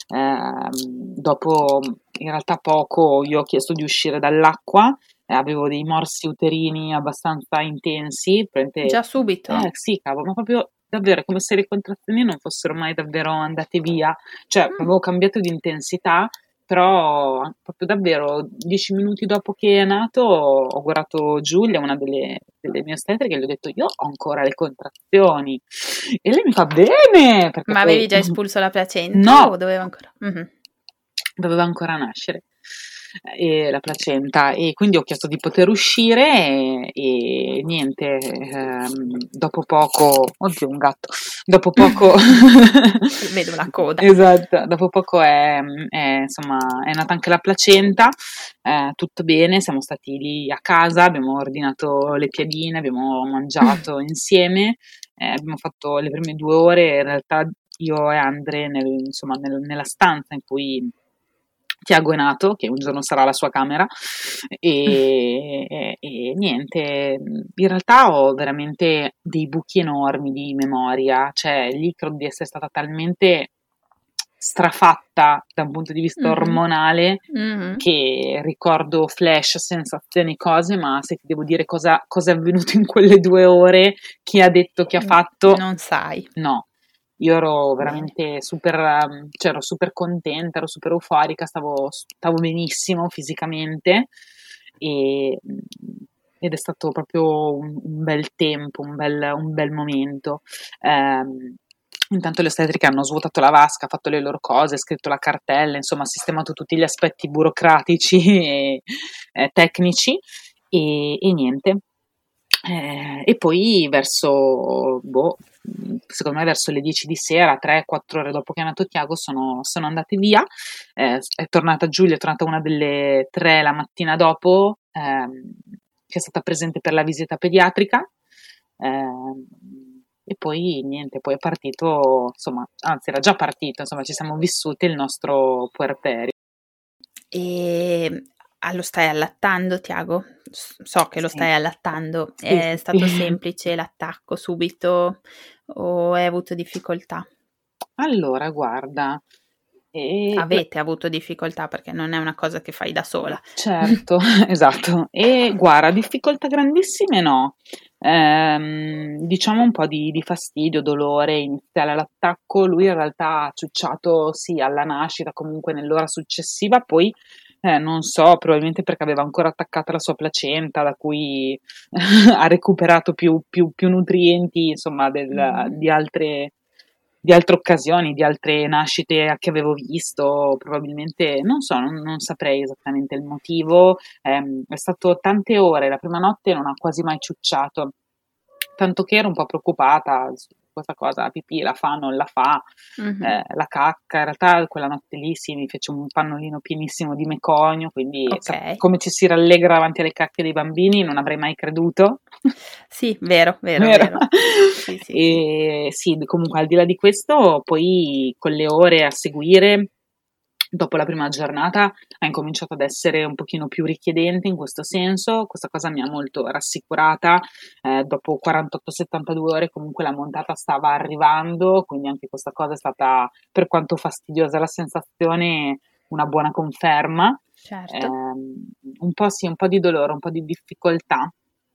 dopo in realtà poco io ho chiesto di uscire dall'acqua, avevo dei morsi uterini abbastanza intensi, Già subito? sì, cavolo, ma proprio davvero è come se le contrazioni non fossero mai davvero andate via, cioè Mm. avevo cambiato di intensità, però proprio davvero 10 minuti dopo che è nato ho guardato Giulia, una delle mie ostetriche, e gli ho detto io ho ancora le contrazioni e lei mi fa bene perché Ma avevi poi già espulso la placenta o no, doveva ancora? Mhm. doveva ancora nascere la placenta e quindi ho chiesto di poter uscire e niente, dopo poco, oddio un gatto, dopo poco, Vedo la coda. esatto, dopo poco insomma, è nata anche la placenta, tutto bene, siamo stati lì a casa, abbiamo ordinato le piadine, abbiamo mangiato insieme, abbiamo fatto le prime 2 ore, in realtà io e Andre insomma, nella stanza in cui Tiago è nato, che un giorno sarà la sua camera, e niente, in realtà ho veramente dei buchi enormi di memoria, cioè lì credo di essere stata talmente strafatta da un punto di vista Mhm. ormonale Mhm. che ricordo flash, sensazioni, cose, ma se ti devo dire cosa è avvenuto in quelle 2 ore, chi ha detto, chi ha fatto, Non sai. no. Io ero Bene. veramente super, cioè ero super contenta, ero super euforica, stavo benissimo fisicamente e, ed è stato proprio un bel tempo, un bel momento. Intanto le ostetriche hanno svuotato la vasca, fatto le loro cose, scritto la cartella, insomma, sistemato tutti gli aspetti burocratici e tecnici e niente. E poi secondo me verso le 10 di sera, 3-4 ore dopo che è nato Tiago, sono andate via. È tornata Giulia, è tornata una delle 3 la mattina dopo, che è stata presente per la visita pediatrica. ehm, e poi niente, poi è partito, insomma, anzi era già partito, insomma, ci siamo vissuti il nostro puerperio. E lo stai allattando, Tiago? So che lo Sì, stai allattando. sì, È sì, sì. stato semplice l'attacco subito o hai avuto difficoltà? Allora, guarda, Avete avuto difficoltà perché non è una cosa che fai da sola. certo, esatto. E guarda, difficoltà grandissime no. Diciamo un po' di fastidio, dolore iniziale all'attacco. Lui in realtà ha ciucciato sì alla nascita, comunque nell'ora successiva, poi non so, probabilmente perché aveva ancora attaccata la sua placenta, da cui ha recuperato più nutrienti, insomma, Mhm. di altre occasioni, di altre nascite che avevo visto, probabilmente, non so, non saprei esattamente il motivo. È stato tante ore, la prima notte non ha quasi mai ciucciato, tanto che ero un po' preoccupata su questa cosa, la pipì la fa, non la fa, Mhm. la cacca, in realtà quella notte lì sì, mi fece un pannolino pienissimo di meconio, quindi Ok. come ci si rallegra davanti alle cacche dei bambini, non avrei mai creduto. Sì, vero, vero, Vero? vero. Sì, sì, sì. E sì, comunque al di là di questo, poi con le ore a seguire, dopo la prima giornata, ha incominciato ad essere un pochino più richiedente in questo senso. Questa cosa mi ha molto rassicurata. Dopo 48-72 ore comunque la montata stava arrivando, quindi anche questa cosa è stata, per quanto fastidiosa la sensazione, una buona conferma. Certo. Un po' sì, un po' di dolore, un po' di difficoltà.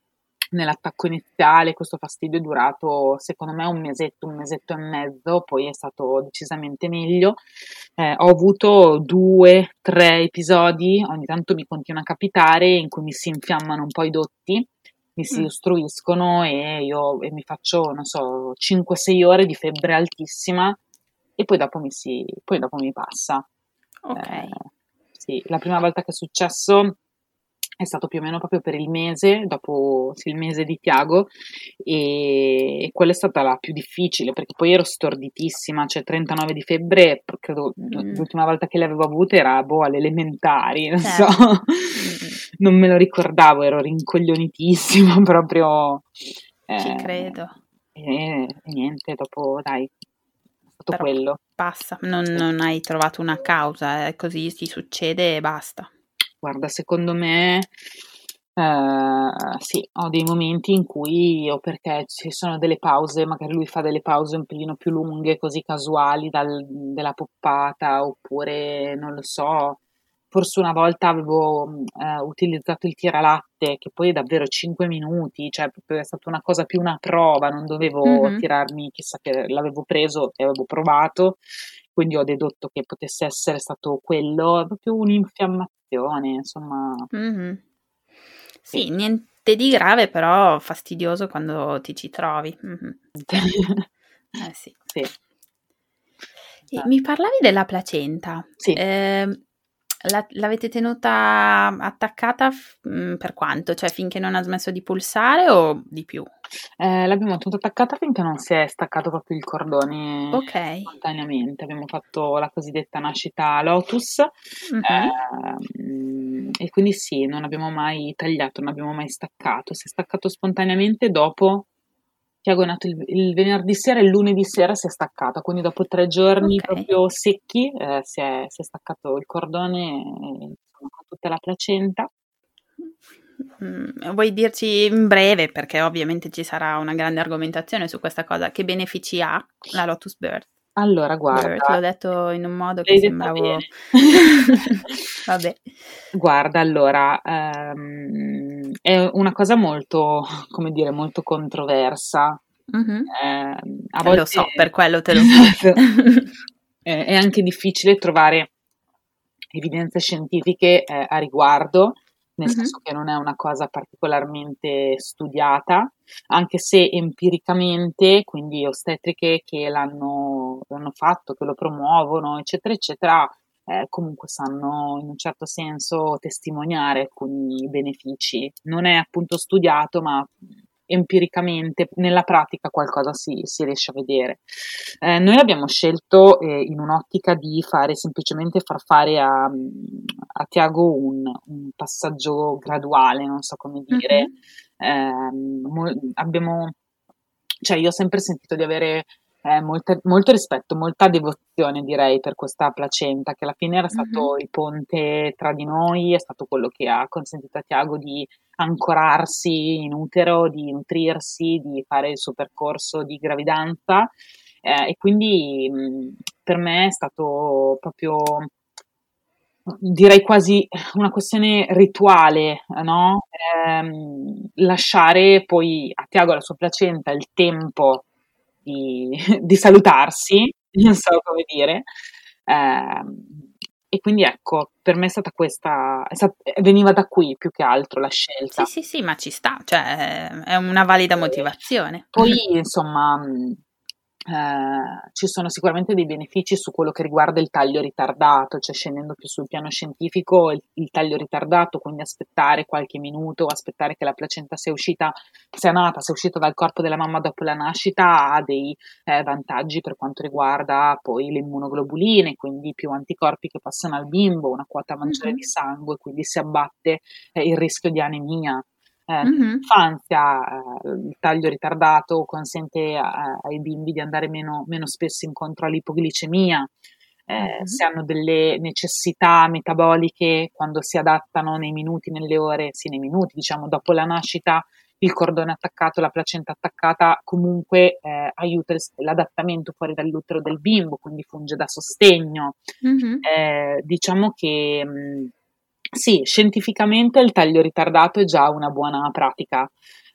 nell'attacco iniziale questo fastidio è durato secondo me un mesetto e mezzo, poi è stato decisamente meglio. Ho avuto 2-3 episodi, ogni tanto mi continua a capitare, in cui mi si infiammano un po' i dotti, mi si ostruiscono e mi faccio, non so, 5-6 ore di febbre altissima e poi dopo mi passa. Ok. Sì, la prima volta che è successo è stato più o meno proprio per il mese, dopo il mese di Tiago, e quella è stata la più difficile, perché poi ero storditissima, cioè 39 di febbre, credo l'ultima volta che le avevo avute era alle elementari, non so, non me lo ricordavo, ero rincoglionitissima proprio. Ci credo. E niente, dopo dai, è stato Però quello. passa, non hai trovato una causa, è così ti succede e basta. Guarda, secondo me sì, ho dei momenti in cui, o perché ci sono delle pause, magari lui fa delle pause un pelino più lunghe, così casuali della poppata, oppure non lo so, forse una volta avevo utilizzato il tiralatte, che poi è davvero 5 minuti, cioè proprio è stata una cosa più una prova, non dovevo tirarmi, chissà che l'avevo preso e avevo provato, quindi ho dedotto che potesse essere stato quello, è proprio un'infiammazione, insomma. Sì, niente di grave, però fastidioso quando ti ci trovi. Sì. Sì. E mi parlavi della placenta. Sì. L'avete tenuta attaccata per quanto? Cioè finché non ha smesso di pulsare o di più? L'abbiamo tenuta attaccata finché non si è staccato proprio il cordone Ok. spontaneamente. Abbiamo fatto la cosiddetta nascita Lotus, e quindi sì, non abbiamo mai tagliato, non abbiamo mai staccato. Si è staccato spontaneamente dopo. Tiago è nato il venerdì sera e il lunedì sera si è staccata, quindi dopo 3 giorni proprio secchi si è staccato il cordone con tutta la placenta. Vuoi dirci in breve, perché ovviamente ci sarà una grande argomentazione su questa cosa, che benefici ha la Lotus Birth? Allora, guarda, L'ho detto in un modo che l'hai detta sembravo... bene. Vabbè. Guarda, allora, è una cosa molto, come dire, molto controversa. A volte Lo so, per quello te lo chiedo. è anche difficile trovare evidenze scientifiche a riguardo, nel senso che non è una cosa particolarmente studiata, anche se empiricamente, quindi ostetriche che l'hanno fatto, che lo promuovono, eccetera, eccetera, comunque sanno in un certo senso testimoniare alcuni benefici. Non è appunto studiato, ma empiricamente nella pratica qualcosa si riesce a vedere. Noi abbiamo scelto in un'ottica di far fare a Tiago un passaggio graduale, non so come dire. Cioè io ho sempre sentito di avere molto rispetto, molta devozione direi per questa placenta, che alla fine era stato il ponte tra di noi, è stato quello che ha consentito a Tiago di ancorarsi in utero, di nutrirsi, di fare il suo percorso di gravidanza, e quindi per me è stato proprio, direi quasi una questione rituale, no? Lasciare poi a Tiago e alla sua placenta il tempo di salutarsi, non so come dire. E quindi ecco, per me è stata questa, veniva da qui più che altro la scelta. Sì, ma ci sta, cioè è una valida motivazione. Poi, insomma, ci sono sicuramente dei benefici su quello che riguarda il taglio ritardato, cioè scendendo più sul piano scientifico, il taglio ritardato, quindi aspettare qualche minuto, aspettare che la placenta sia uscita dal corpo della mamma dopo la nascita, ha dei vantaggi per quanto riguarda poi le immunoglobuline, quindi più anticorpi che passano al bimbo, una quota maggiore di sangue, quindi si abbatte il rischio di anemia. Nell'infanzia il taglio ritardato consente ai bimbi di andare meno spesso incontro all'ipoglicemia, se hanno delle necessità metaboliche quando si adattano nei minuti, nelle ore, sì, nei minuti, diciamo, dopo la nascita, il cordone attaccato, la placenta attaccata, comunque aiuta l'adattamento fuori dall'utero del bimbo, quindi funge da sostegno. Diciamo che sì, scientificamente il taglio ritardato è già una buona pratica.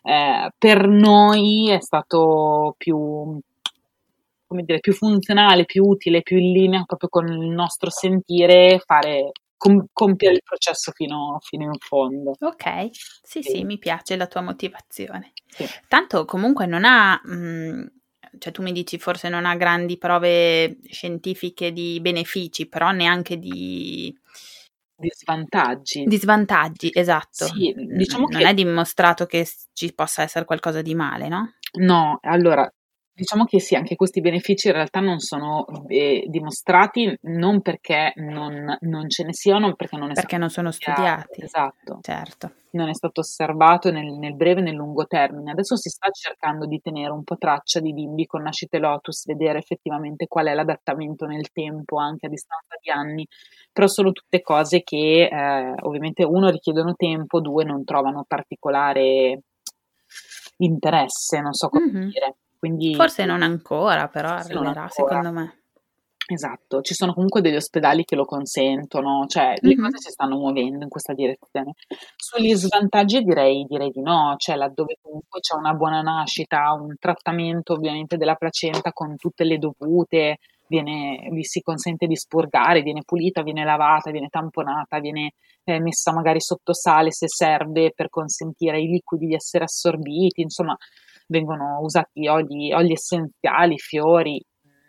per noi è stato più, come dire, più funzionale, più utile, più in linea proprio con il nostro sentire, compiere il processo fino in fondo. Ok, sì, Sì. mi piace la tua motivazione. Sì. Tanto comunque non ha, cioè tu mi dici forse non ha grandi prove scientifiche di benefici, però neanche di Svantaggi. svantaggi, esatto. Sì, diciamo Non che è dimostrato che ci possa essere qualcosa di male, no? no, allora, diciamo che sì, anche questi benefici in realtà non sono dimostrati, non perché non ce ne siano, perché non è Perché stato non sono studiato. studiati. Esatto. Certo. Non è stato osservato nel breve e nel lungo termine. Adesso si sta cercando di tenere un po' traccia di bimbi con nascite lotus, vedere effettivamente qual è l'adattamento nel tempo, anche a distanza di anni, però sono tutte cose che ovviamente uno richiedono tempo, due non trovano particolare interesse, non so come Mhm. dire. Quindi Forse non ancora, però forse non arriverà, ancora. secondo me. Esatto, ci sono comunque degli ospedali che lo consentono, cioè le cose Mhm. si stanno muovendo in questa direzione. Sugli svantaggi direi di no, cioè laddove comunque c'è una buona nascita, un trattamento ovviamente della placenta con tutte le dovute, vi si consente di spurgare, viene pulita, viene lavata, viene tamponata, viene messa magari sotto sale se serve per consentire ai liquidi di essere assorbiti, insomma vengono usati oli essenziali, fiori.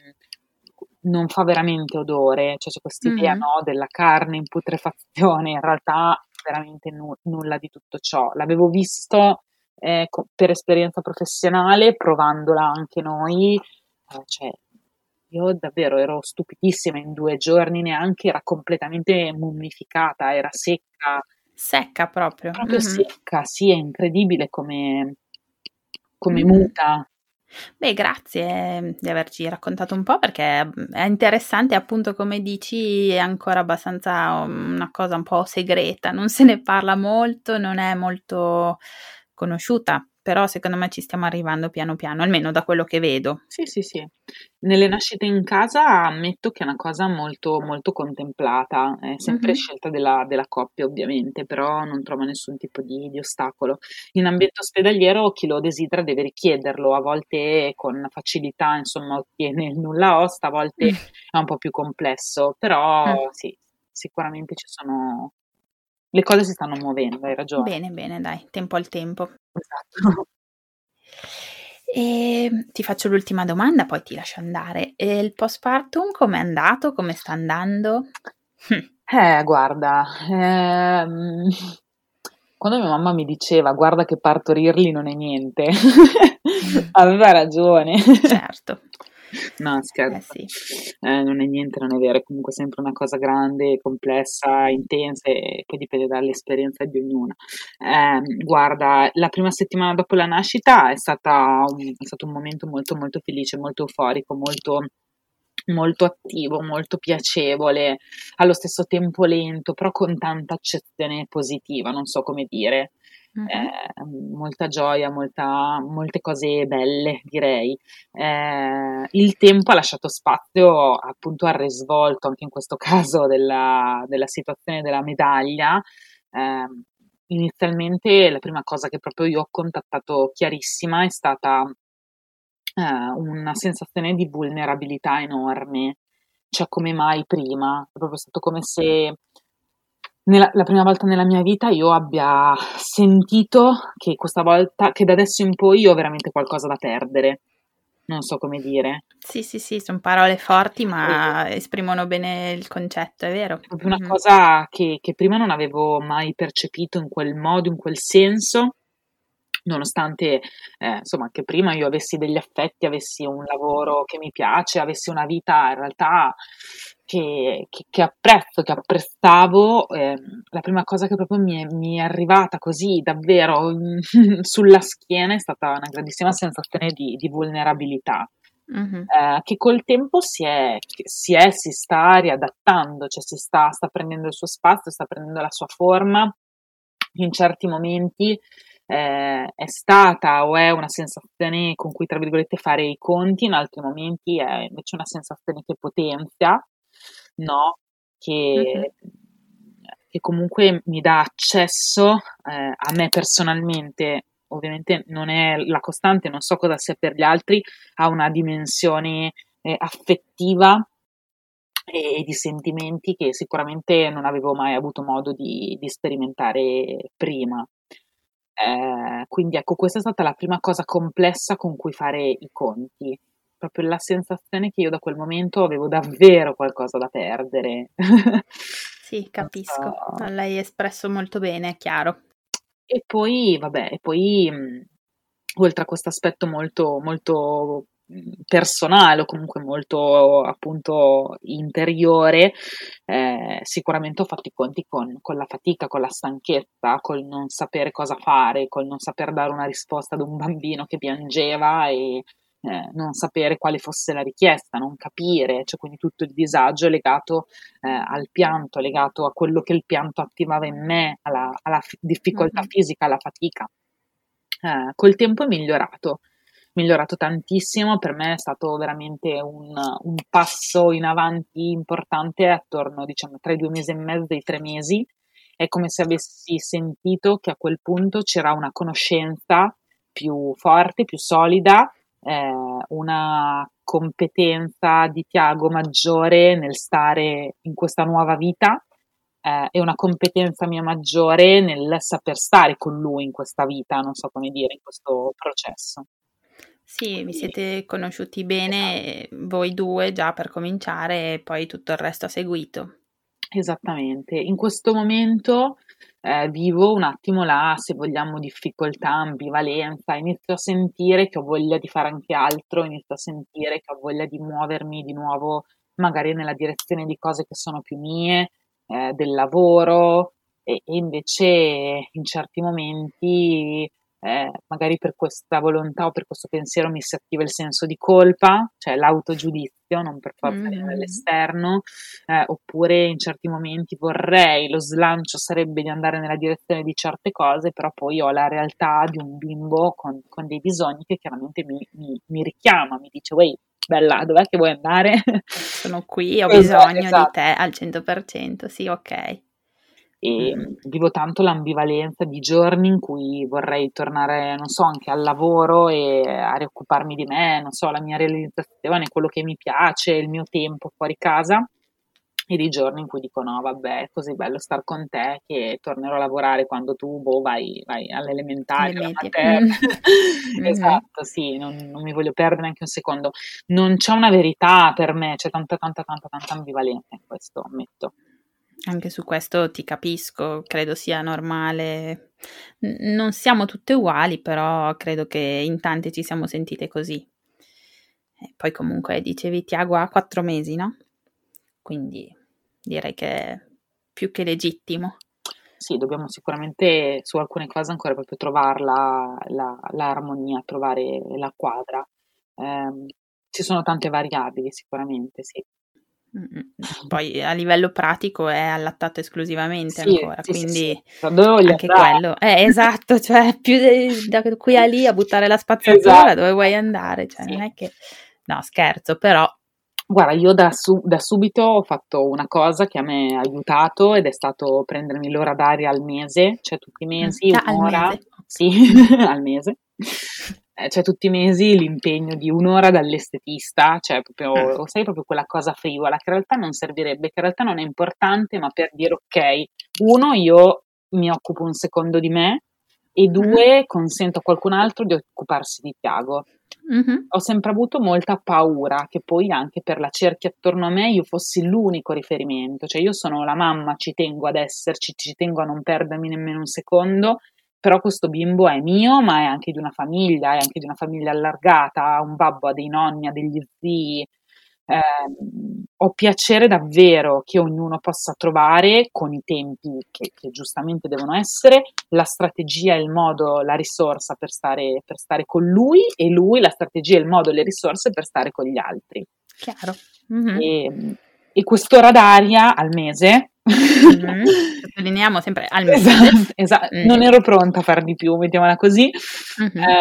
Non fa veramente odore, cioè c'è quest'idea, Mhm. no, della carne in putrefazione, in realtà veramente nulla di tutto ciò. L'avevo visto per esperienza professionale, provandola anche noi, cioè io davvero ero stupidissima in 2 giorni neanche, era completamente mummificata, era secca, Secca proprio. proprio Mhm. secca, sì, è incredibile come Mhm. muta. Beh, grazie di averci raccontato un po' perché è interessante, appunto, come dici, è ancora abbastanza una cosa un po' segreta, non se ne parla molto, non è molto conosciuta, però secondo me ci stiamo arrivando piano piano, almeno da quello che vedo. Sì, sì, sì. Nelle nascite in casa ammetto che è una cosa molto, molto contemplata, è sempre Mhm. scelta della coppia ovviamente, però non trovo nessun tipo di ostacolo. In ambiente ospedaliero chi lo desidera deve richiederlo, a volte con facilità, insomma, ottiene il nulla osta, a volte è un po' più complesso, però Mm. sì, sicuramente le cose si stanno muovendo, hai ragione. Bene, bene, dai, tempo al tempo. Esatto. E ti faccio l'ultima domanda, poi ti lascio andare. E il postpartum com'è andato? Come sta andando? Guarda, quando mia mamma mi diceva guarda che partorirli non è niente, aveva ragione. Certo. No, scherzo. Sì. Non è niente, non è vero, è comunque sempre una cosa grande, complessa, intensa e poi dipende dall'esperienza di ognuna. Guarda, la prima settimana dopo la nascita è stato un momento molto molto felice, molto euforico, molto molto attivo, molto piacevole, allo stesso tempo lento, però con tanta accezione positiva, non so come dire. Mhm. Molta gioia, molte cose belle, direi. Il tempo ha lasciato spazio appunto al risvolto, anche in questo caso della situazione della medaglia. Eh, Inizialmente la prima cosa che proprio io ho contattato chiarissima è stata una sensazione di vulnerabilità enorme, cioè come mai prima. È proprio stato come se la prima volta nella mia vita io abbia sentito che questa volta, che da adesso in poi io ho veramente qualcosa da perdere. Non so come dire. Sì, son parole forti, E ma esprimono bene il concetto, è vero. è proprio una cosa che prima non avevo mai percepito in quel modo, in quel senso. Nonostante, insomma, anche prima io avessi degli affetti, avessi un lavoro che mi piace, avessi una vita in realtà che apprezzo, che apprezzavo, la prima cosa che proprio mi è arrivata così davvero sulla schiena è stata una grandissima sensazione di vulnerabilità, Mh-mh. che col tempo si sta riadattando, cioè sta prendendo il suo spazio, sta prendendo la sua forma. In certi momenti è stata o è una sensazione con cui, tra virgolette, "fare i conti", in altri momenti è invece una sensazione che potenzia, no, Mh-mh. che comunque mi dà accesso, a me personalmente ovviamente non è la costante, non so cosa sia per gli altri, ha una dimensione affettiva e di sentimenti che sicuramente non avevo mai avuto modo di sperimentare prima. Quindi ecco, questa è stata la prima cosa complessa con cui fare i conti. Proprio la sensazione che io da quel momento avevo davvero qualcosa da perdere. Sì, Non capisco. so. L'hai espresso molto bene, è chiaro. E poi, vabbè, oltre a questo aspetto molto, molto personale o comunque molto appunto interiore, sicuramente ho fatto i conti con la fatica, con la stanchezza, col non sapere cosa fare, col non saper dare una risposta ad un bambino che piangeva e non sapere quale fosse la richiesta, non capire, cioè quindi tutto il disagio legato al pianto, legato a quello che il pianto attivava in me, alla difficoltà Mhm. fisica, alla fatica. Col tempo è migliorato tantissimo, per me è stato veramente un passo in avanti importante attorno, diciamo, tra i 2 mesi e mezzo e i 3 mesi. È come se avessi sentito che a quel punto c'era una conoscenza più forte, più solida, una competenza di Tiago maggiore nel stare in questa nuova vita, e una competenza mia maggiore nel saper stare con lui in questa vita, non so come dire, in questo processo. Sì, vi Quindi, siete conosciuti esatto. bene, voi due già per cominciare e poi tutto il resto ha seguito. Esattamente. In questo momento vivo un attimo la, se vogliamo, difficoltà, ambivalenza, inizio a sentire che ho voglia di fare anche altro, inizio a sentire che ho voglia di muovermi di nuovo, magari nella direzione di cose che sono più mie, del lavoro, e invece in certi momenti magari per questa volontà o per questo pensiero mi si attiva il senso di colpa, cioè l'autogiudizio, non per forza viene Mhm. dall'esterno, oppure in certi momenti vorrei, lo slancio sarebbe di andare nella direzione di certe cose, però poi ho la realtà di un bimbo con dei bisogni che chiaramente mi richiama, mi dice, wey, bella, dov'è che vuoi andare? Sono qui, ho Esatto, bisogno di esatto. te al 100%, sì, ok. E Mm. vivo tanto l'ambivalenza di giorni in cui vorrei tornare, non so, anche al lavoro e a rioccuparmi di me, non so, la mia realizzazione, quello che mi piace, il mio tempo fuori casa, e di giorni in cui dico no, vabbè, è così bello star con te che tornerò a lavorare quando tu, boh, vai alle elementari, Le alla medie. materna. Mhm. Esatto, sì, non mi voglio perdere neanche un secondo. Non c'è una verità per me, c'è tanta, tanta, tanta, tanta ambivalenza in questo, ammetto. Anche su questo ti capisco, credo sia normale. Non siamo tutte uguali, però credo che in tante ci siamo sentite così. E poi comunque dicevi Tiago ha 4 mesi, no? Quindi direi che è più che legittimo. Sì, dobbiamo sicuramente su alcune cose ancora proprio trovare l'armonia, trovare la quadra. Ehm, Ci sono tante variabili sicuramente, sì. Poi a livello pratico è allattato esclusivamente Sì, ancora, sì, sì, sì. quindi Dove voglio anche andare? quello. Esatto, cioè più da qui a lì a buttare la spazzatura, Esatto, dove vuoi andare? Cioè sì. non è che... No, scherzo, però... Guarda, io da subito ho fatto una cosa che a me ha aiutato ed è stato prendermi l'ora d'aria al mese, cioè tutti i mesi, Al un'ora, mese. sì, al mese, cioè tutti i mesi l'impegno di un'ora dall'estetista, cioè Mm. proprio, sai, proprio quella cosa frivola che in realtà non servirebbe, che in realtà non è importante, ma per dire ok, uno, io mi occupo un secondo di me e Mm. due, consento a qualcun altro di occuparsi di Tiago. Mhm. Ho sempre avuto molta paura che poi anche per la cerchia attorno a me io fossi l'unico riferimento, cioè io sono la mamma, ci tengo ad esserci, ci tengo a non perdermi nemmeno un secondo, però questo bimbo è mio, ma è anche di una famiglia, è anche di una famiglia allargata, ha un babbo, ha dei nonni, ha degli zii. Ho piacere davvero che ognuno possa trovare con i tempi che giustamente devono essere la strategia, il modo, la risorsa per stare con lui e lui la strategia, il modo e le risorse per stare con gli altri. Chiaro. Mhm. E, e quest'ora d'aria al mese. Mhm. Sottolineiamo sempre al mese. Esatto, non ero pronta a far di più, mettiamola così. Mhm.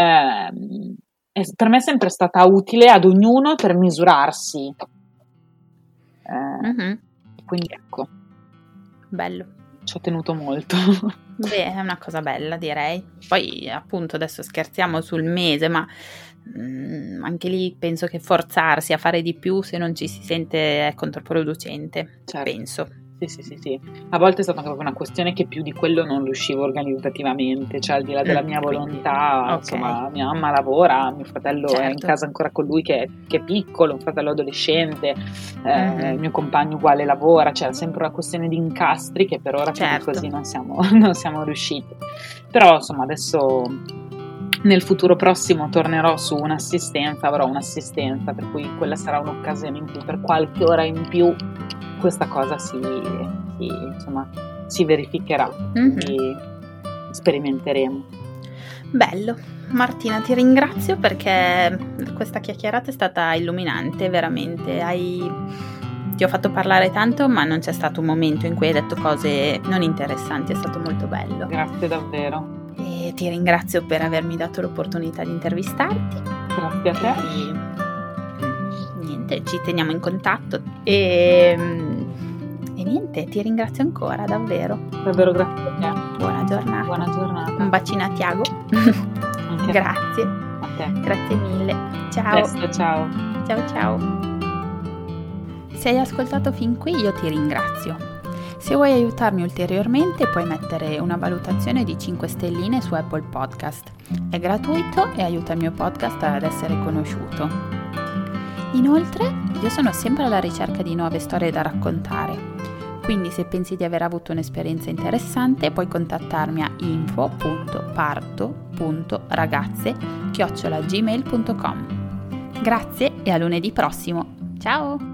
Per me è sempre stata utile ad ognuno per misurarsi. Mhm. Quindi ecco. Bello. ci ho tenuto molto. Beh, è una cosa bella, direi. Poi appunto adesso scherziamo sul mese, ma anche lì penso che forzarsi a fare di più se non ci si sente è controproducente, Certo. penso. Sì. A volte è stata proprio una questione che più di quello non riuscivo organizzativamente, cioè al di là della mia volontà, okay. Insomma, mia mamma lavora, mio fratello è in Certo. casa ancora con lui che è piccolo, un fratello adolescente, il mio compagno uguale lavora, c'era sempre una questione di incastri che per ora più di Certo. così non siamo riusciti. Però insomma adesso nel futuro prossimo tornerò su un'assistenza, avrò un'assistenza, per cui quella sarà un'occasione in più, per qualche ora in più questa cosa si verificherà, quindi sperimenteremo. Bello. Martina, ti ringrazio perché questa chiacchierata è stata illuminante, veramente. Ti ho fatto parlare tanto, ma non c'è stato un momento in cui hai detto cose non interessanti, è stato molto bello. Grazie davvero. E ti ringrazio per avermi dato l'opportunità di intervistarti. Grazie a te. Niente, ci teniamo in contatto e niente, ti ringrazio ancora, davvero. Davvero grazie a te. Buona giornata. Un bacino a Tiago. Grazie. A te. Grazie mille. Ciao. Ciao. Ciao. Se hai ascoltato fin qui io ti ringrazio. Se vuoi aiutarmi ulteriormente puoi mettere una valutazione di 5 stelline su Apple Podcast. È gratuito e aiuta il mio podcast ad essere conosciuto. Inoltre, io sono sempre alla ricerca di nuove storie da raccontare. Quindi se pensi di aver avuto un'esperienza interessante puoi contattarmi a info.parto.ragazze@gmail.com. Grazie e a lunedì prossimo. Ciao!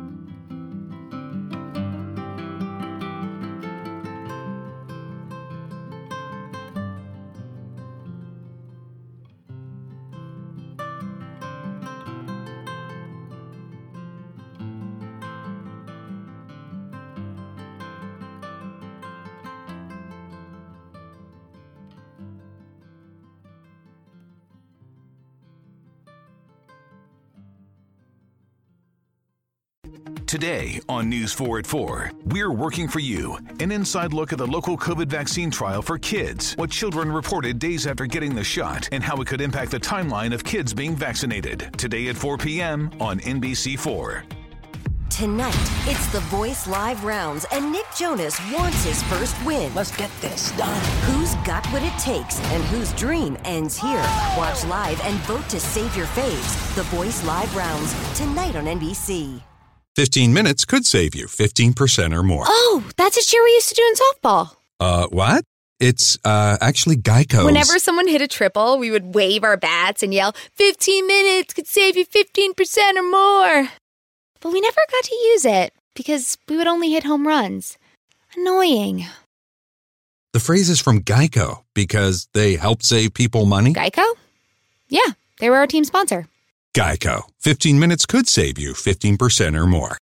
Today on News 4 at 4, we're working for you. An inside look at the local COVID vaccine trial for kids, what children reported days after getting the shot, and how it could impact the timeline of kids being vaccinated. Today at 4 p.m. on NBC4. Tonight, it's The Voice Live rounds, and Nick Jonas wants his first win. Let's get this done. Who's got what it takes and whose dream ends here? Watch live and vote to save your faves. The Voice Live rounds, tonight on NBC. 15 minutes could save you 15% or more. Oh, that's a cheer we used to do in softball. What? It's actually Geico. Whenever someone hit a triple, we would wave our bats and yell, 15 minutes could save you 15% or more. But we never got to use it because we would only hit home runs. Annoying. The phrase is from Geico because they help save people money. Geico? Yeah, they were our team sponsor. Geico. 15 minutes could save you 15% or more.